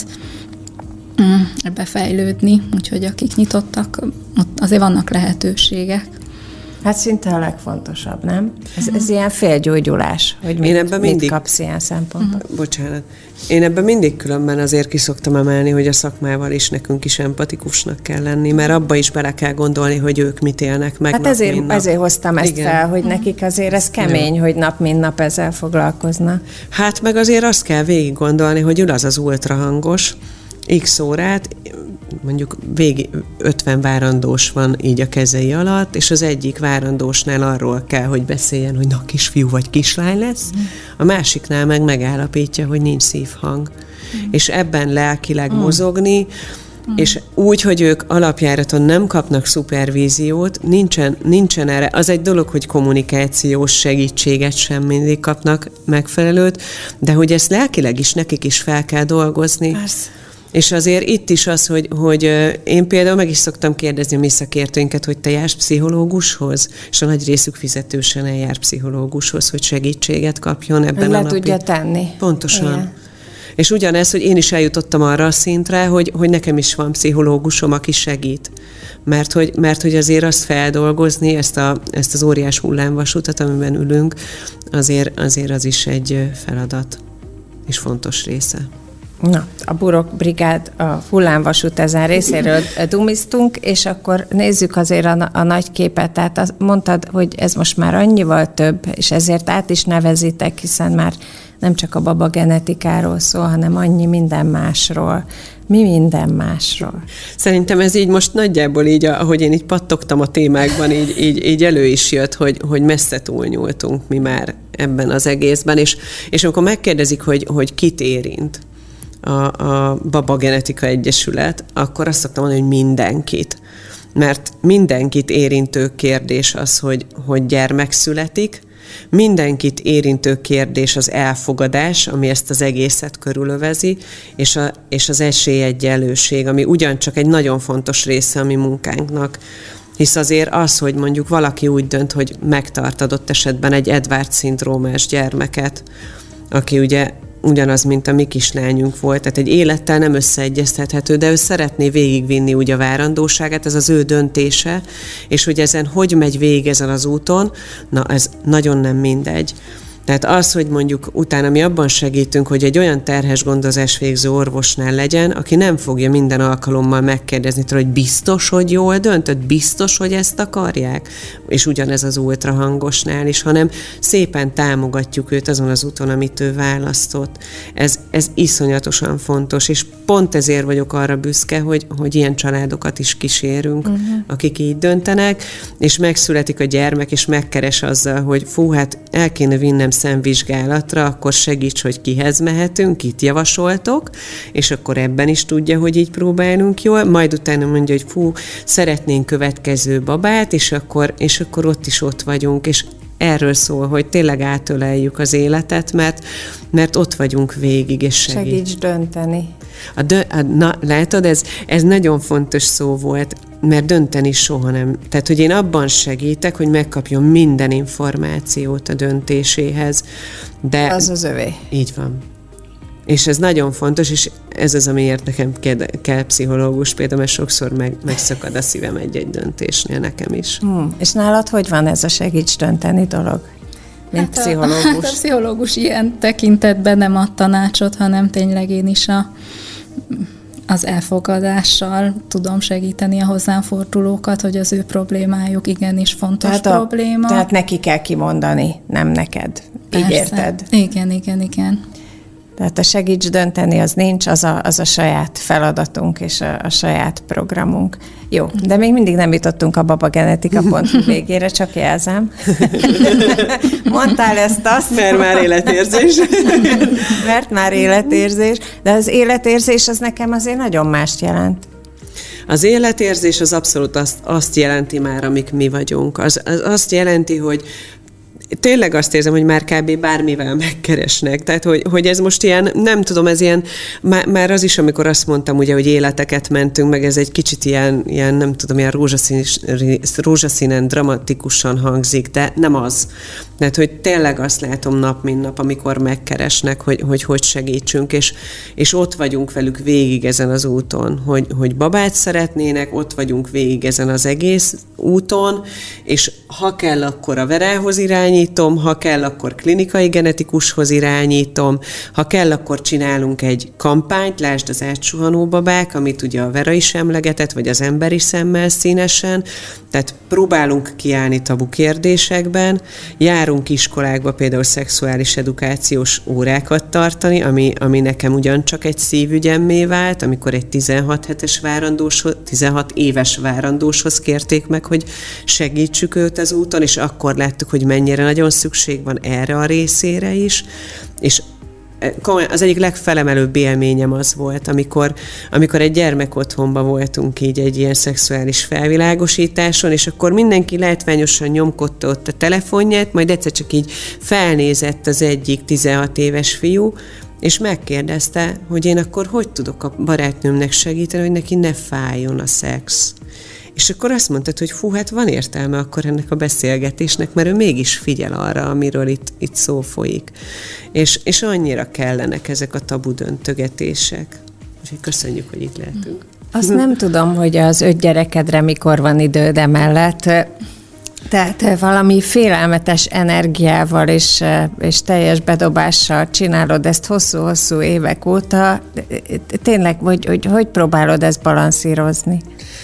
ebbe fejlődni, úgyhogy akik nyitottak, ott azért vannak lehetőségek. Hát szinte a legfontosabb, nem? Ez, ez ilyen félgyógyulás, hogy mit, mit mindig, kapsz ilyen szempontból. Uh-huh. Bocsánat. Én ebben mindig különben azért ki szoktam emelni, hogy a szakmával is nekünk is empatikusnak kell lenni, mert abba is bele kell gondolni, hogy ők mit élnek meg. Hát nap, ezért, nap. ezért hoztam ezt Igen. fel, hogy nekik azért ez kemény, Jó. hogy nap mint nap ezzel foglalkoznak. Hát meg azért azt kell végig gondolni, hogy ül az az ultrahangos, X órát, mondjuk végig ötven várandós van így a kezei alatt, és az egyik várandósnál arról kell, hogy beszéljen, hogy na, kisfiú vagy kislány lesz, mm. a másiknál meg megállapítja, hogy nincs szívhang. Mm. És ebben lelkileg mm. mozogni, mm. és úgy, hogy ők alapjáraton nem kapnak szupervíziót, nincsen, nincsen erre. Az egy dolog, hogy kommunikációs segítséget sem mindig kapnak megfelelőt, de hogy ezt lelkileg is nekik is fel kell dolgozni. Persze. És azért itt is az, hogy, hogy én például meg is szoktam kérdezni a mi szakértőinket, hogy te jársz pszichológushoz, és a nagy részük fizetősen eljár pszichológushoz, hogy segítséget kapjon ebben Le a napi... tudja tenni. Pontosan. Igen. És ugyanez, hogy én is eljutottam arra a szintre, hogy, hogy nekem is van pszichológusom, aki segít. Mert hogy, mert hogy azért azt feldolgozni, ezt, a, ezt az óriás hullámvasutat, amiben ülünk, azért, azért az is egy feladat, és fontos része. Na, a Burok Brigád, a hullámvasút ezen részéről dumiztunk, és akkor nézzük azért a, a nagy képet. Tehát azt mondtad, hogy ez most már annyival több, és ezért át is nevezitek, hiszen már nem csak a baba genetikáról szól, hanem annyi minden másról. Mi minden másról? Szerintem ez így most nagyjából így, ahogy én így pattogtam a témákban, így, így, így elő is jött, hogy, hogy messze túlnyúltunk mi már ebben az egészben, és, és amikor megkérdezik, hogy, hogy kit érint a, a Baba Genetika Egyesület, akkor azt szoktam mondani, hogy mindenkit. Mert mindenkit érintő kérdés az, hogy, hogy gyermek születik, mindenkit érintő kérdés az elfogadás, ami ezt az egészet körülövezi, és, a, és az esélyegyenlőség, ami ugyancsak egy nagyon fontos része a mi munkánknak. Hisz azért az, hogy mondjuk valaki úgy dönt, hogy megtart adott esetben egy Edwards-szindrómás gyermeket, aki ugye ugyanaz, mint a mi kislányunk volt, tehát egy élettel nem összeegyeztethető, de ő szeretné végigvinni úgy a várandóságát, ez az ő döntése, és hogy ezen hogy megy végig ezen az úton, na ez nagyon nem mindegy. Tehát az, hogy mondjuk utána mi abban segítünk, hogy egy olyan terhes gondozás végző orvosnál legyen, aki nem fogja minden alkalommal megkérdezni tőle, hogy biztos, hogy jól döntött, biztos, hogy ezt akarják, és ugyanez az ultrahangosnál is, hanem szépen támogatjuk őt azon az úton, amit ő választott. Ez, ez iszonyatosan fontos, és pont ezért vagyok arra büszke, hogy, hogy ilyen családokat is kísérünk, uh-huh. akik így döntenek, és megszületik a gyermek, és megkeres azzal, hogy fú, hát el kéne vinnem szemvizsgálatra, akkor segíts, hogy kihez mehetünk, kit javasoltok, és akkor ebben is tudja, hogy így próbálunk jól, majd utána mondja, hogy fú, szeretnénk következő babát, és akkor, és akkor ott is ott vagyunk, és erről szól, hogy tényleg átöleljük az életet, mert, mert ott vagyunk végig, és segít. Segíts dönteni. A dö, a, na, látod, ez, ez nagyon fontos szó volt, mert dönteni soha nem. Tehát, hogy én abban segítek, hogy megkapjon minden információt a döntéséhez. De az az övé. Így van. És ez nagyon fontos, és ez az, amiért nekem kell pszichológus, például, mert sokszor meg, megszakad a szívem egy-egy döntésnél nekem is. Hmm. És nálad hogy van ez a segíts dönteni dolog? Mint hát pszichológus. A, hát a pszichológus ilyen tekintetben nem ad tanácsot, hanem tényleg én is a, az elfogadással tudom segíteni a hozzám fordulókat, hogy az ő problémájuk igenis fontos tehát a, probléma. Tehát neki kell kimondani, nem neked. Persze. Így érted? Igen, igen, igen. Tehát a segíts dönteni, az nincs, az a, az a saját feladatunk és a, a saját programunk. Jó, de még mindig nem jutottunk a Baba Genetika pont végére, csak jelzem. Mondtál ezt-azt. Mert már életérzés. Mert már életérzés, de az életérzés az nekem azért nagyon mást jelent. Az életérzés az abszolút azt, azt jelenti már, amik mi vagyunk. Az, az azt jelenti, hogy tényleg azt érzem, hogy már kb. Bármivel megkeresnek. Tehát, hogy, hogy ez most ilyen, nem tudom, ez ilyen, már, már az is, amikor azt mondtam, ugye, hogy életeket mentünk, meg ez egy kicsit ilyen, ilyen nem tudom, ilyen rózsaszín, rózsaszínen dramatikusan hangzik, de nem az. Tehát, hogy tényleg azt látom nap, mint nap, amikor megkeresnek, hogy hogy, hogy segítsünk, és, és ott vagyunk velük végig ezen az úton, hogy, hogy babát szeretnének, ott vagyunk végig ezen az egész úton, és ha kell, akkor a verához irányítom, ha kell, akkor klinikai genetikushoz irányítom, ha kell, akkor csinálunk egy kampányt, lásd az átsuhanó babák, amit ugye a Vera is emlegetett, vagy az emberi szemmel színesen, tehát próbálunk kiállni tabu kérdésekben, járunk iskolákba például szexuális edukációs órákat tartani, ami, ami nekem ugyancsak egy szívügyemmé vált, amikor egy tizenhat hetes várandóshoz, tizenhat éves várandóshoz kérték meg, hogy segítsük őt az úton, és akkor láttuk, hogy mennyire nagyon szükség van erre a részére is, és az egyik legfelemelőbb élményem az volt, amikor, amikor egy gyermekotthonban voltunk így egy ilyen szexuális felvilágosításon, és akkor mindenki látványosan nyomkodta ott a telefonját, majd egyszer csak így felnézett az egyik tizenhat éves fiú, és megkérdezte, hogy én akkor hogy tudok a barátnőmnek segíteni, hogy neki ne fájjon a szex. És akkor azt mondtad, hogy fú, hát van értelme akkor ennek a beszélgetésnek, mert ő mégis figyel arra, amiről itt, itt szó folyik. És, és annyira kellenek ezek a tabu döntögetések. Úgyhogy köszönjük, hogy itt lehetünk. Azt nem tudom, hogy az öt gyerekedre mikor van időd emellett. Tehát valami félelmetes energiával és, és teljes bedobással csinálod ezt hosszú-hosszú évek óta. Tényleg, hogy, hogy, hogy próbálod ezt balanszírozni?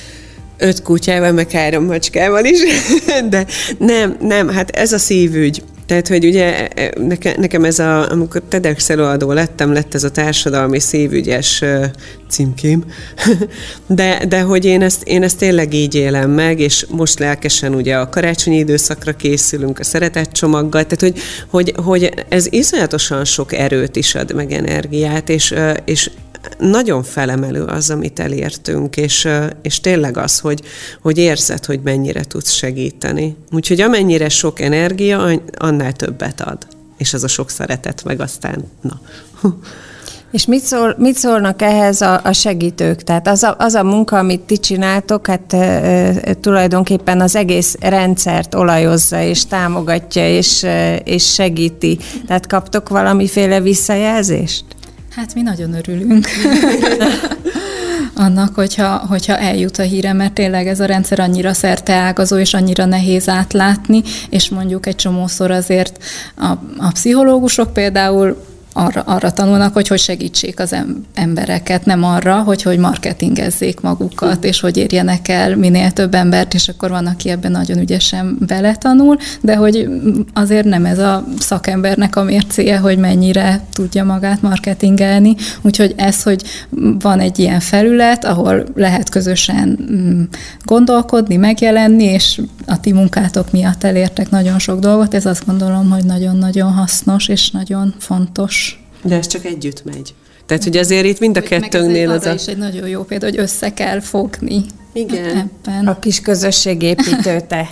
Öt kutyával, meg három macskával is, de nem, nem, hát ez a szívügy. Tehát, hogy ugye neke, nekem ez a, amikor TEDx előadó lettem, lett ez a társadalmi szívügyes uh, címkém, de, de hogy én ezt, én ezt tényleg így élem meg, és most lelkesen ugye a karácsonyi időszakra készülünk a szeretetcsomaggal, tehát, hogy, hogy, hogy ez iszonyatosan sok erőt is ad, meg energiát, és, uh, és nagyon felemelő az, amit elértünk, és, és tényleg az, hogy, hogy érzed, hogy mennyire tudsz segíteni. Úgyhogy amennyire sok energia, annál többet ad. És az a sok szeretet, meg aztán, na. És mit, szól, mit szólnak ehhez a, a segítők? Tehát az a, az a munka, amit ti csináltok, hát e, tulajdonképpen az egész rendszert olajozza, és támogatja, és, és segíti. Tehát kaptok valamiféle visszajelzést? Hát mi nagyon örülünk annak, hogyha, hogyha eljut a híre, mert tényleg ez a rendszer annyira szerteágazó, és annyira nehéz átlátni, és mondjuk egy csomószor azért a, a pszichológusok például arra, arra tanulnak, hogy hogy segítsék az embereket, nem arra, hogy hogy marketingezzék magukat, és hogy érjenek el minél több embert, és akkor van, aki ebben nagyon ügyesen beletanul, de hogy azért nem ez a szakembernek a mércéje, hogy mennyire tudja magát marketingelni. Úgyhogy ez, hogy van egy ilyen felület, ahol lehet közösen gondolkodni, megjelenni, és a ti munkátok miatt elértek nagyon sok dolgot, ez azt gondolom, hogy nagyon-nagyon hasznos, és nagyon fontos. De ez csak együtt megy. Tehát, hogy azért itt mind a kettőnknél az a... is egy nagyon jó példa, hogy össze kell fogni. Igen. Ebben. A kis közösségépítő te.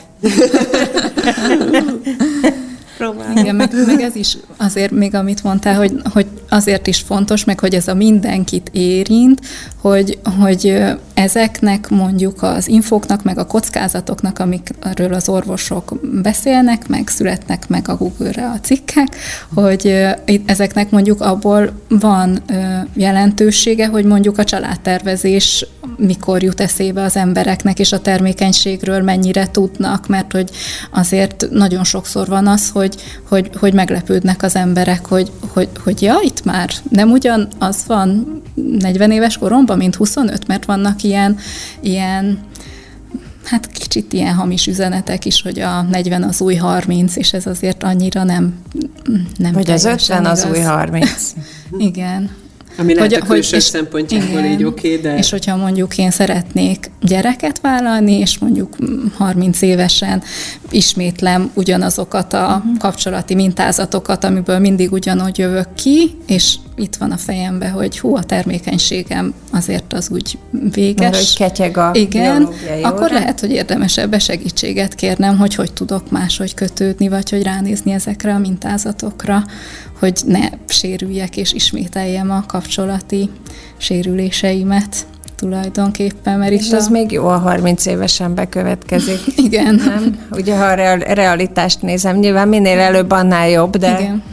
Igen, meg, meg ez is azért még, amit mondtál, hogy, hogy azért is fontos, meg hogy ez a mindenkit érint, hogy, hogy ezeknek mondjuk az infóknak, meg a kockázatoknak, amikről az orvosok beszélnek, meg születnek meg a Google-re a cikkek, hogy ezeknek mondjuk abból van jelentősége, hogy mondjuk a családtervezés mikor jut eszébe az embereknek, és a termékenységről mennyire tudnak, mert hogy azért nagyon sokszor van az, hogy, hogy, hogy meglepődnek az emberek, hogy, hogy, hogy ja, itt már nem ugyan az van negyven éves koromban, mint huszonöt, mert vannak ilyen, ilyen hát kicsit ilyen hamis üzenetek is, hogy a negyven az új harminc, és ez azért annyira nem nem vagy az ötven az új harminc. Igen. Ami lehet hogy, a külső hogy, szempontjából így oké, okay, de... És hogyha mondjuk én szeretnék gyereket vállalni, és mondjuk harminc évesen ismétlem ugyanazokat a uh-huh. kapcsolati mintázatokat, amiből mindig ugyanúgy jövök ki, és itt van a fejemben, hogy hú, a termékenységem azért az úgy véges. Mert hogy ketyeg a igen, akkor óra. Lehet, hogy érdemes ebbe segítséget kérnem, hogy hogy tudok máshogy kötődni, vagy hogy ránézni ezekre a mintázatokra, hogy ne sérüljek és ismételjem a kapcsolati sérüléseimet tulajdonképpen. Mert és ez a... még jó, a harminc évesen bekövetkezik. Igen. Nem? Ugye, ha a realitást nézem, nyilván minél előbb, annál jobb, de... Igen.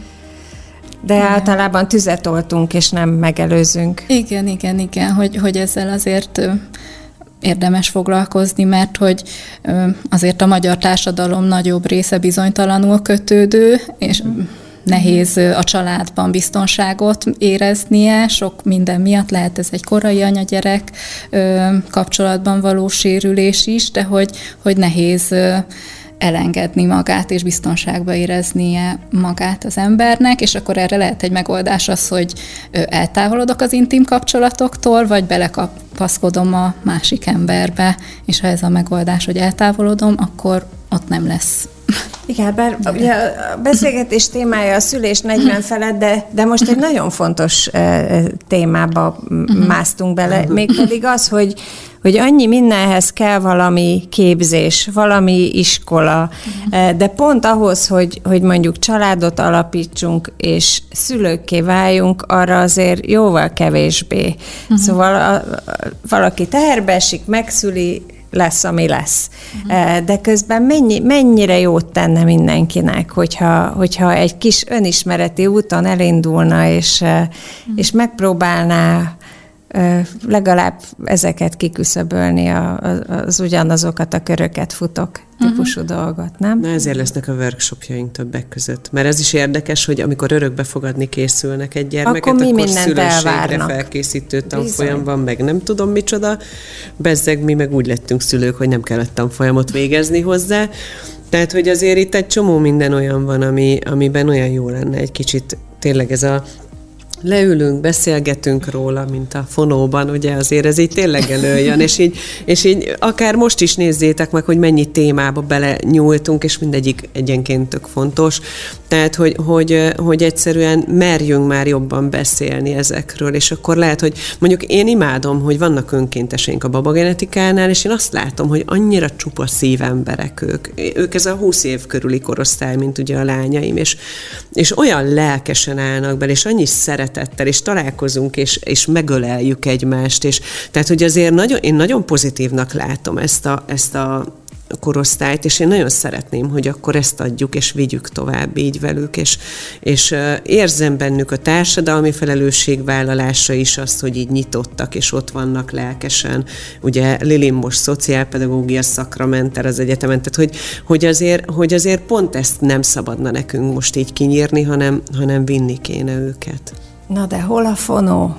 De igen. Általában tüzet oltunk, és nem megelőzünk. Igen, igen, igen, hogy, hogy ezzel azért érdemes foglalkozni, mert hogy azért a magyar társadalom nagyobb része bizonytalanul kötődő, és nehéz a családban biztonságot éreznie, sok minden miatt lehet ez egy korai anya-gyerek kapcsolatban való sérülés is, de hogy, hogy nehéz elengedni magát és biztonságba éreznie magát az embernek, és akkor erre lehet egy megoldás az, hogy eltávolodok az intim kapcsolatoktól, vagy belekapaszkodom a másik emberbe, és ha ez a megoldás, hogy eltávolodom, akkor ott nem lesz. Igen, bár ugye a beszélgetés témája a szülés negyven felett, de, de most egy nagyon fontos uh, témába uh-huh. másztunk bele, mégpedig az, hogy, hogy annyi mindenhez kell valami képzés, valami iskola, uh-huh. de pont ahhoz, hogy, hogy mondjuk családot alapítsunk, és szülőkké váljunk, arra azért jóval kevésbé. Uh-huh. Szóval a, a, valaki teherbe esik, megszüli, lesz, ami lesz. Uh-huh. De közben mennyi, mennyire jót tenne mindenkinek, hogyha, hogyha egy kis önismereti úton elindulna, és, uh-huh. és megpróbálná legalább ezeket kiküszöbölni, az ugyanazokat a köröket futok típusú uh-huh. dolgot, nem? Na ezért lesznek a workshopjaink többek között. Mert ez is érdekes, hogy amikor örökbefogadni készülnek egy gyermeket, akkor, akkor szülőségre felkészítő tanfolyam van, meg nem tudom micsoda. Bezzeg mi meg úgy lettünk szülők, hogy nem kellett tanfolyamot végezni hozzá. Tehát, hogy azért itt egy csomó minden olyan van, ami, amiben olyan jó lenne egy kicsit tényleg ez a leülünk, beszélgetünk róla, mint a fonóban, ugye azért ez így tényleg előjön, és így, és így akár most is nézzétek meg, hogy mennyi témába bele nyúltunk, és mindegyik egyenként tök fontos. Tehát, hogy, hogy, hogy egyszerűen merjünk már jobban beszélni ezekről, és akkor lehet, hogy mondjuk én imádom, hogy vannak önkénteseink a babagenetikánál, és én azt látom, hogy annyira csupa szívemberek ők. Ők ez a húsz év körüli korosztály, mint ugye a lányaim, és, és olyan lelkesen állnak bele, és annyi szeretettel, és találkozunk, és, és megöleljük egymást, és tehát, hogy azért nagyon, én nagyon pozitívnak látom ezt a, ezt a korosztályt, és én nagyon szeretném, hogy akkor ezt adjuk, és vigyük tovább így velük, és, és érzem bennük a társadalmi felelősségvállalása is azt, hogy így nyitottak, és ott vannak lelkesen. Ugye Lilin most szociálpedagógia szakra ment el az egyetemen, tehát hogy, hogy, azért, hogy azért pont ezt nem szabadna nekünk most így kinyírni, hanem, hanem vinni kéne őket. Na de hol a fonó?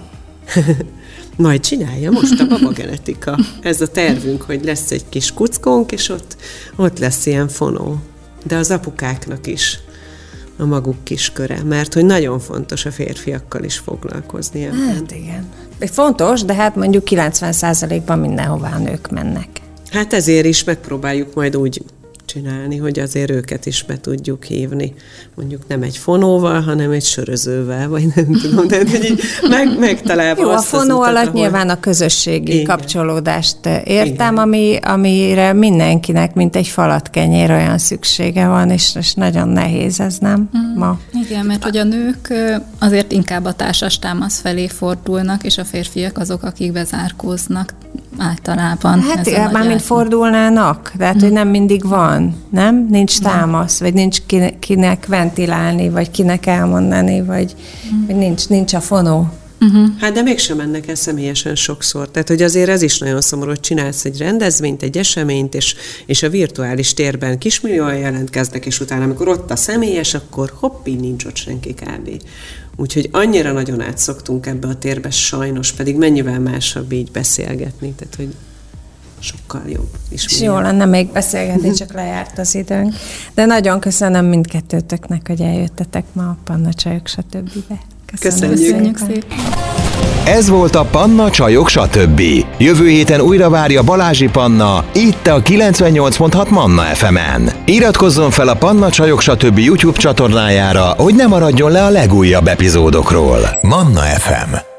Majd csinálja most a babagenetika. Ez a tervünk, hogy lesz egy kis kuckónk, és ott, ott lesz ilyen fonó. De az apukáknak is a maguk kis köre, mert hogy nagyon fontos a férfiakkal is foglalkozni. Ebben. Hát igen. Fontos, de hát mondjuk kilencven százalékban mindenhová nők mennek. Hát ezért is megpróbáljuk majd úgy csinálni, hogy azért őket is be tudjuk hívni. Mondjuk nem egy fonóval, hanem egy sörözővel, vagy nem tudom, de így meg, megtalálva. Jó, azt a fonó utat, alatt ahol... nyilván a közösségi igen. kapcsolódást értem, ami, amire mindenkinek, mint egy falatkenyér olyan szüksége van, és, és nagyon nehéz ez, nem? Mm. Ma. Igen, mert hogy a nők azért inkább a társas támasz felé fordulnak, és a férfiak azok, akik bezárkóznak általában. Hát mármint fordulnának, tehát mm. hogy nem mindig van, nem? Nincs támasz, vagy nincs kinek ventilálni, vagy kinek elmondani, vagy, mm. vagy nincs, nincs a fonó. Uh-huh. Hát de mégsem mennek el személyesen sokszor. Tehát, hogy azért ez is nagyon szomorú, hogy csinálsz egy rendezvényt, egy eseményt, és, és a virtuális térben kismillióan jelentkeznek, és utána, amikor ott a személyes, akkor hoppi, nincs ott senki kb. Úgyhogy annyira nagyon átszoktunk ebbe a térbe, sajnos, pedig mennyivel másabb így beszélgetni, tehát, hogy sokkal jobb. És jó lenne még beszélgetni, csak lejárt az időnk. De nagyon köszönöm mindkettőtöknek, hogy eljöttetek ma a Panna Csajok stb. Köszönjük. Köszönjük szépen. Ez volt a Panna Csajok stb. Jövő héten újra várja Balázsi Panna, itt a kilencvennyolc pont hat Manna ef emen. Iratkozzon fel a Panna Csajok stb. YouTube csatornájára, hogy ne maradjon le a legújabb epizódokról. Manna ef em.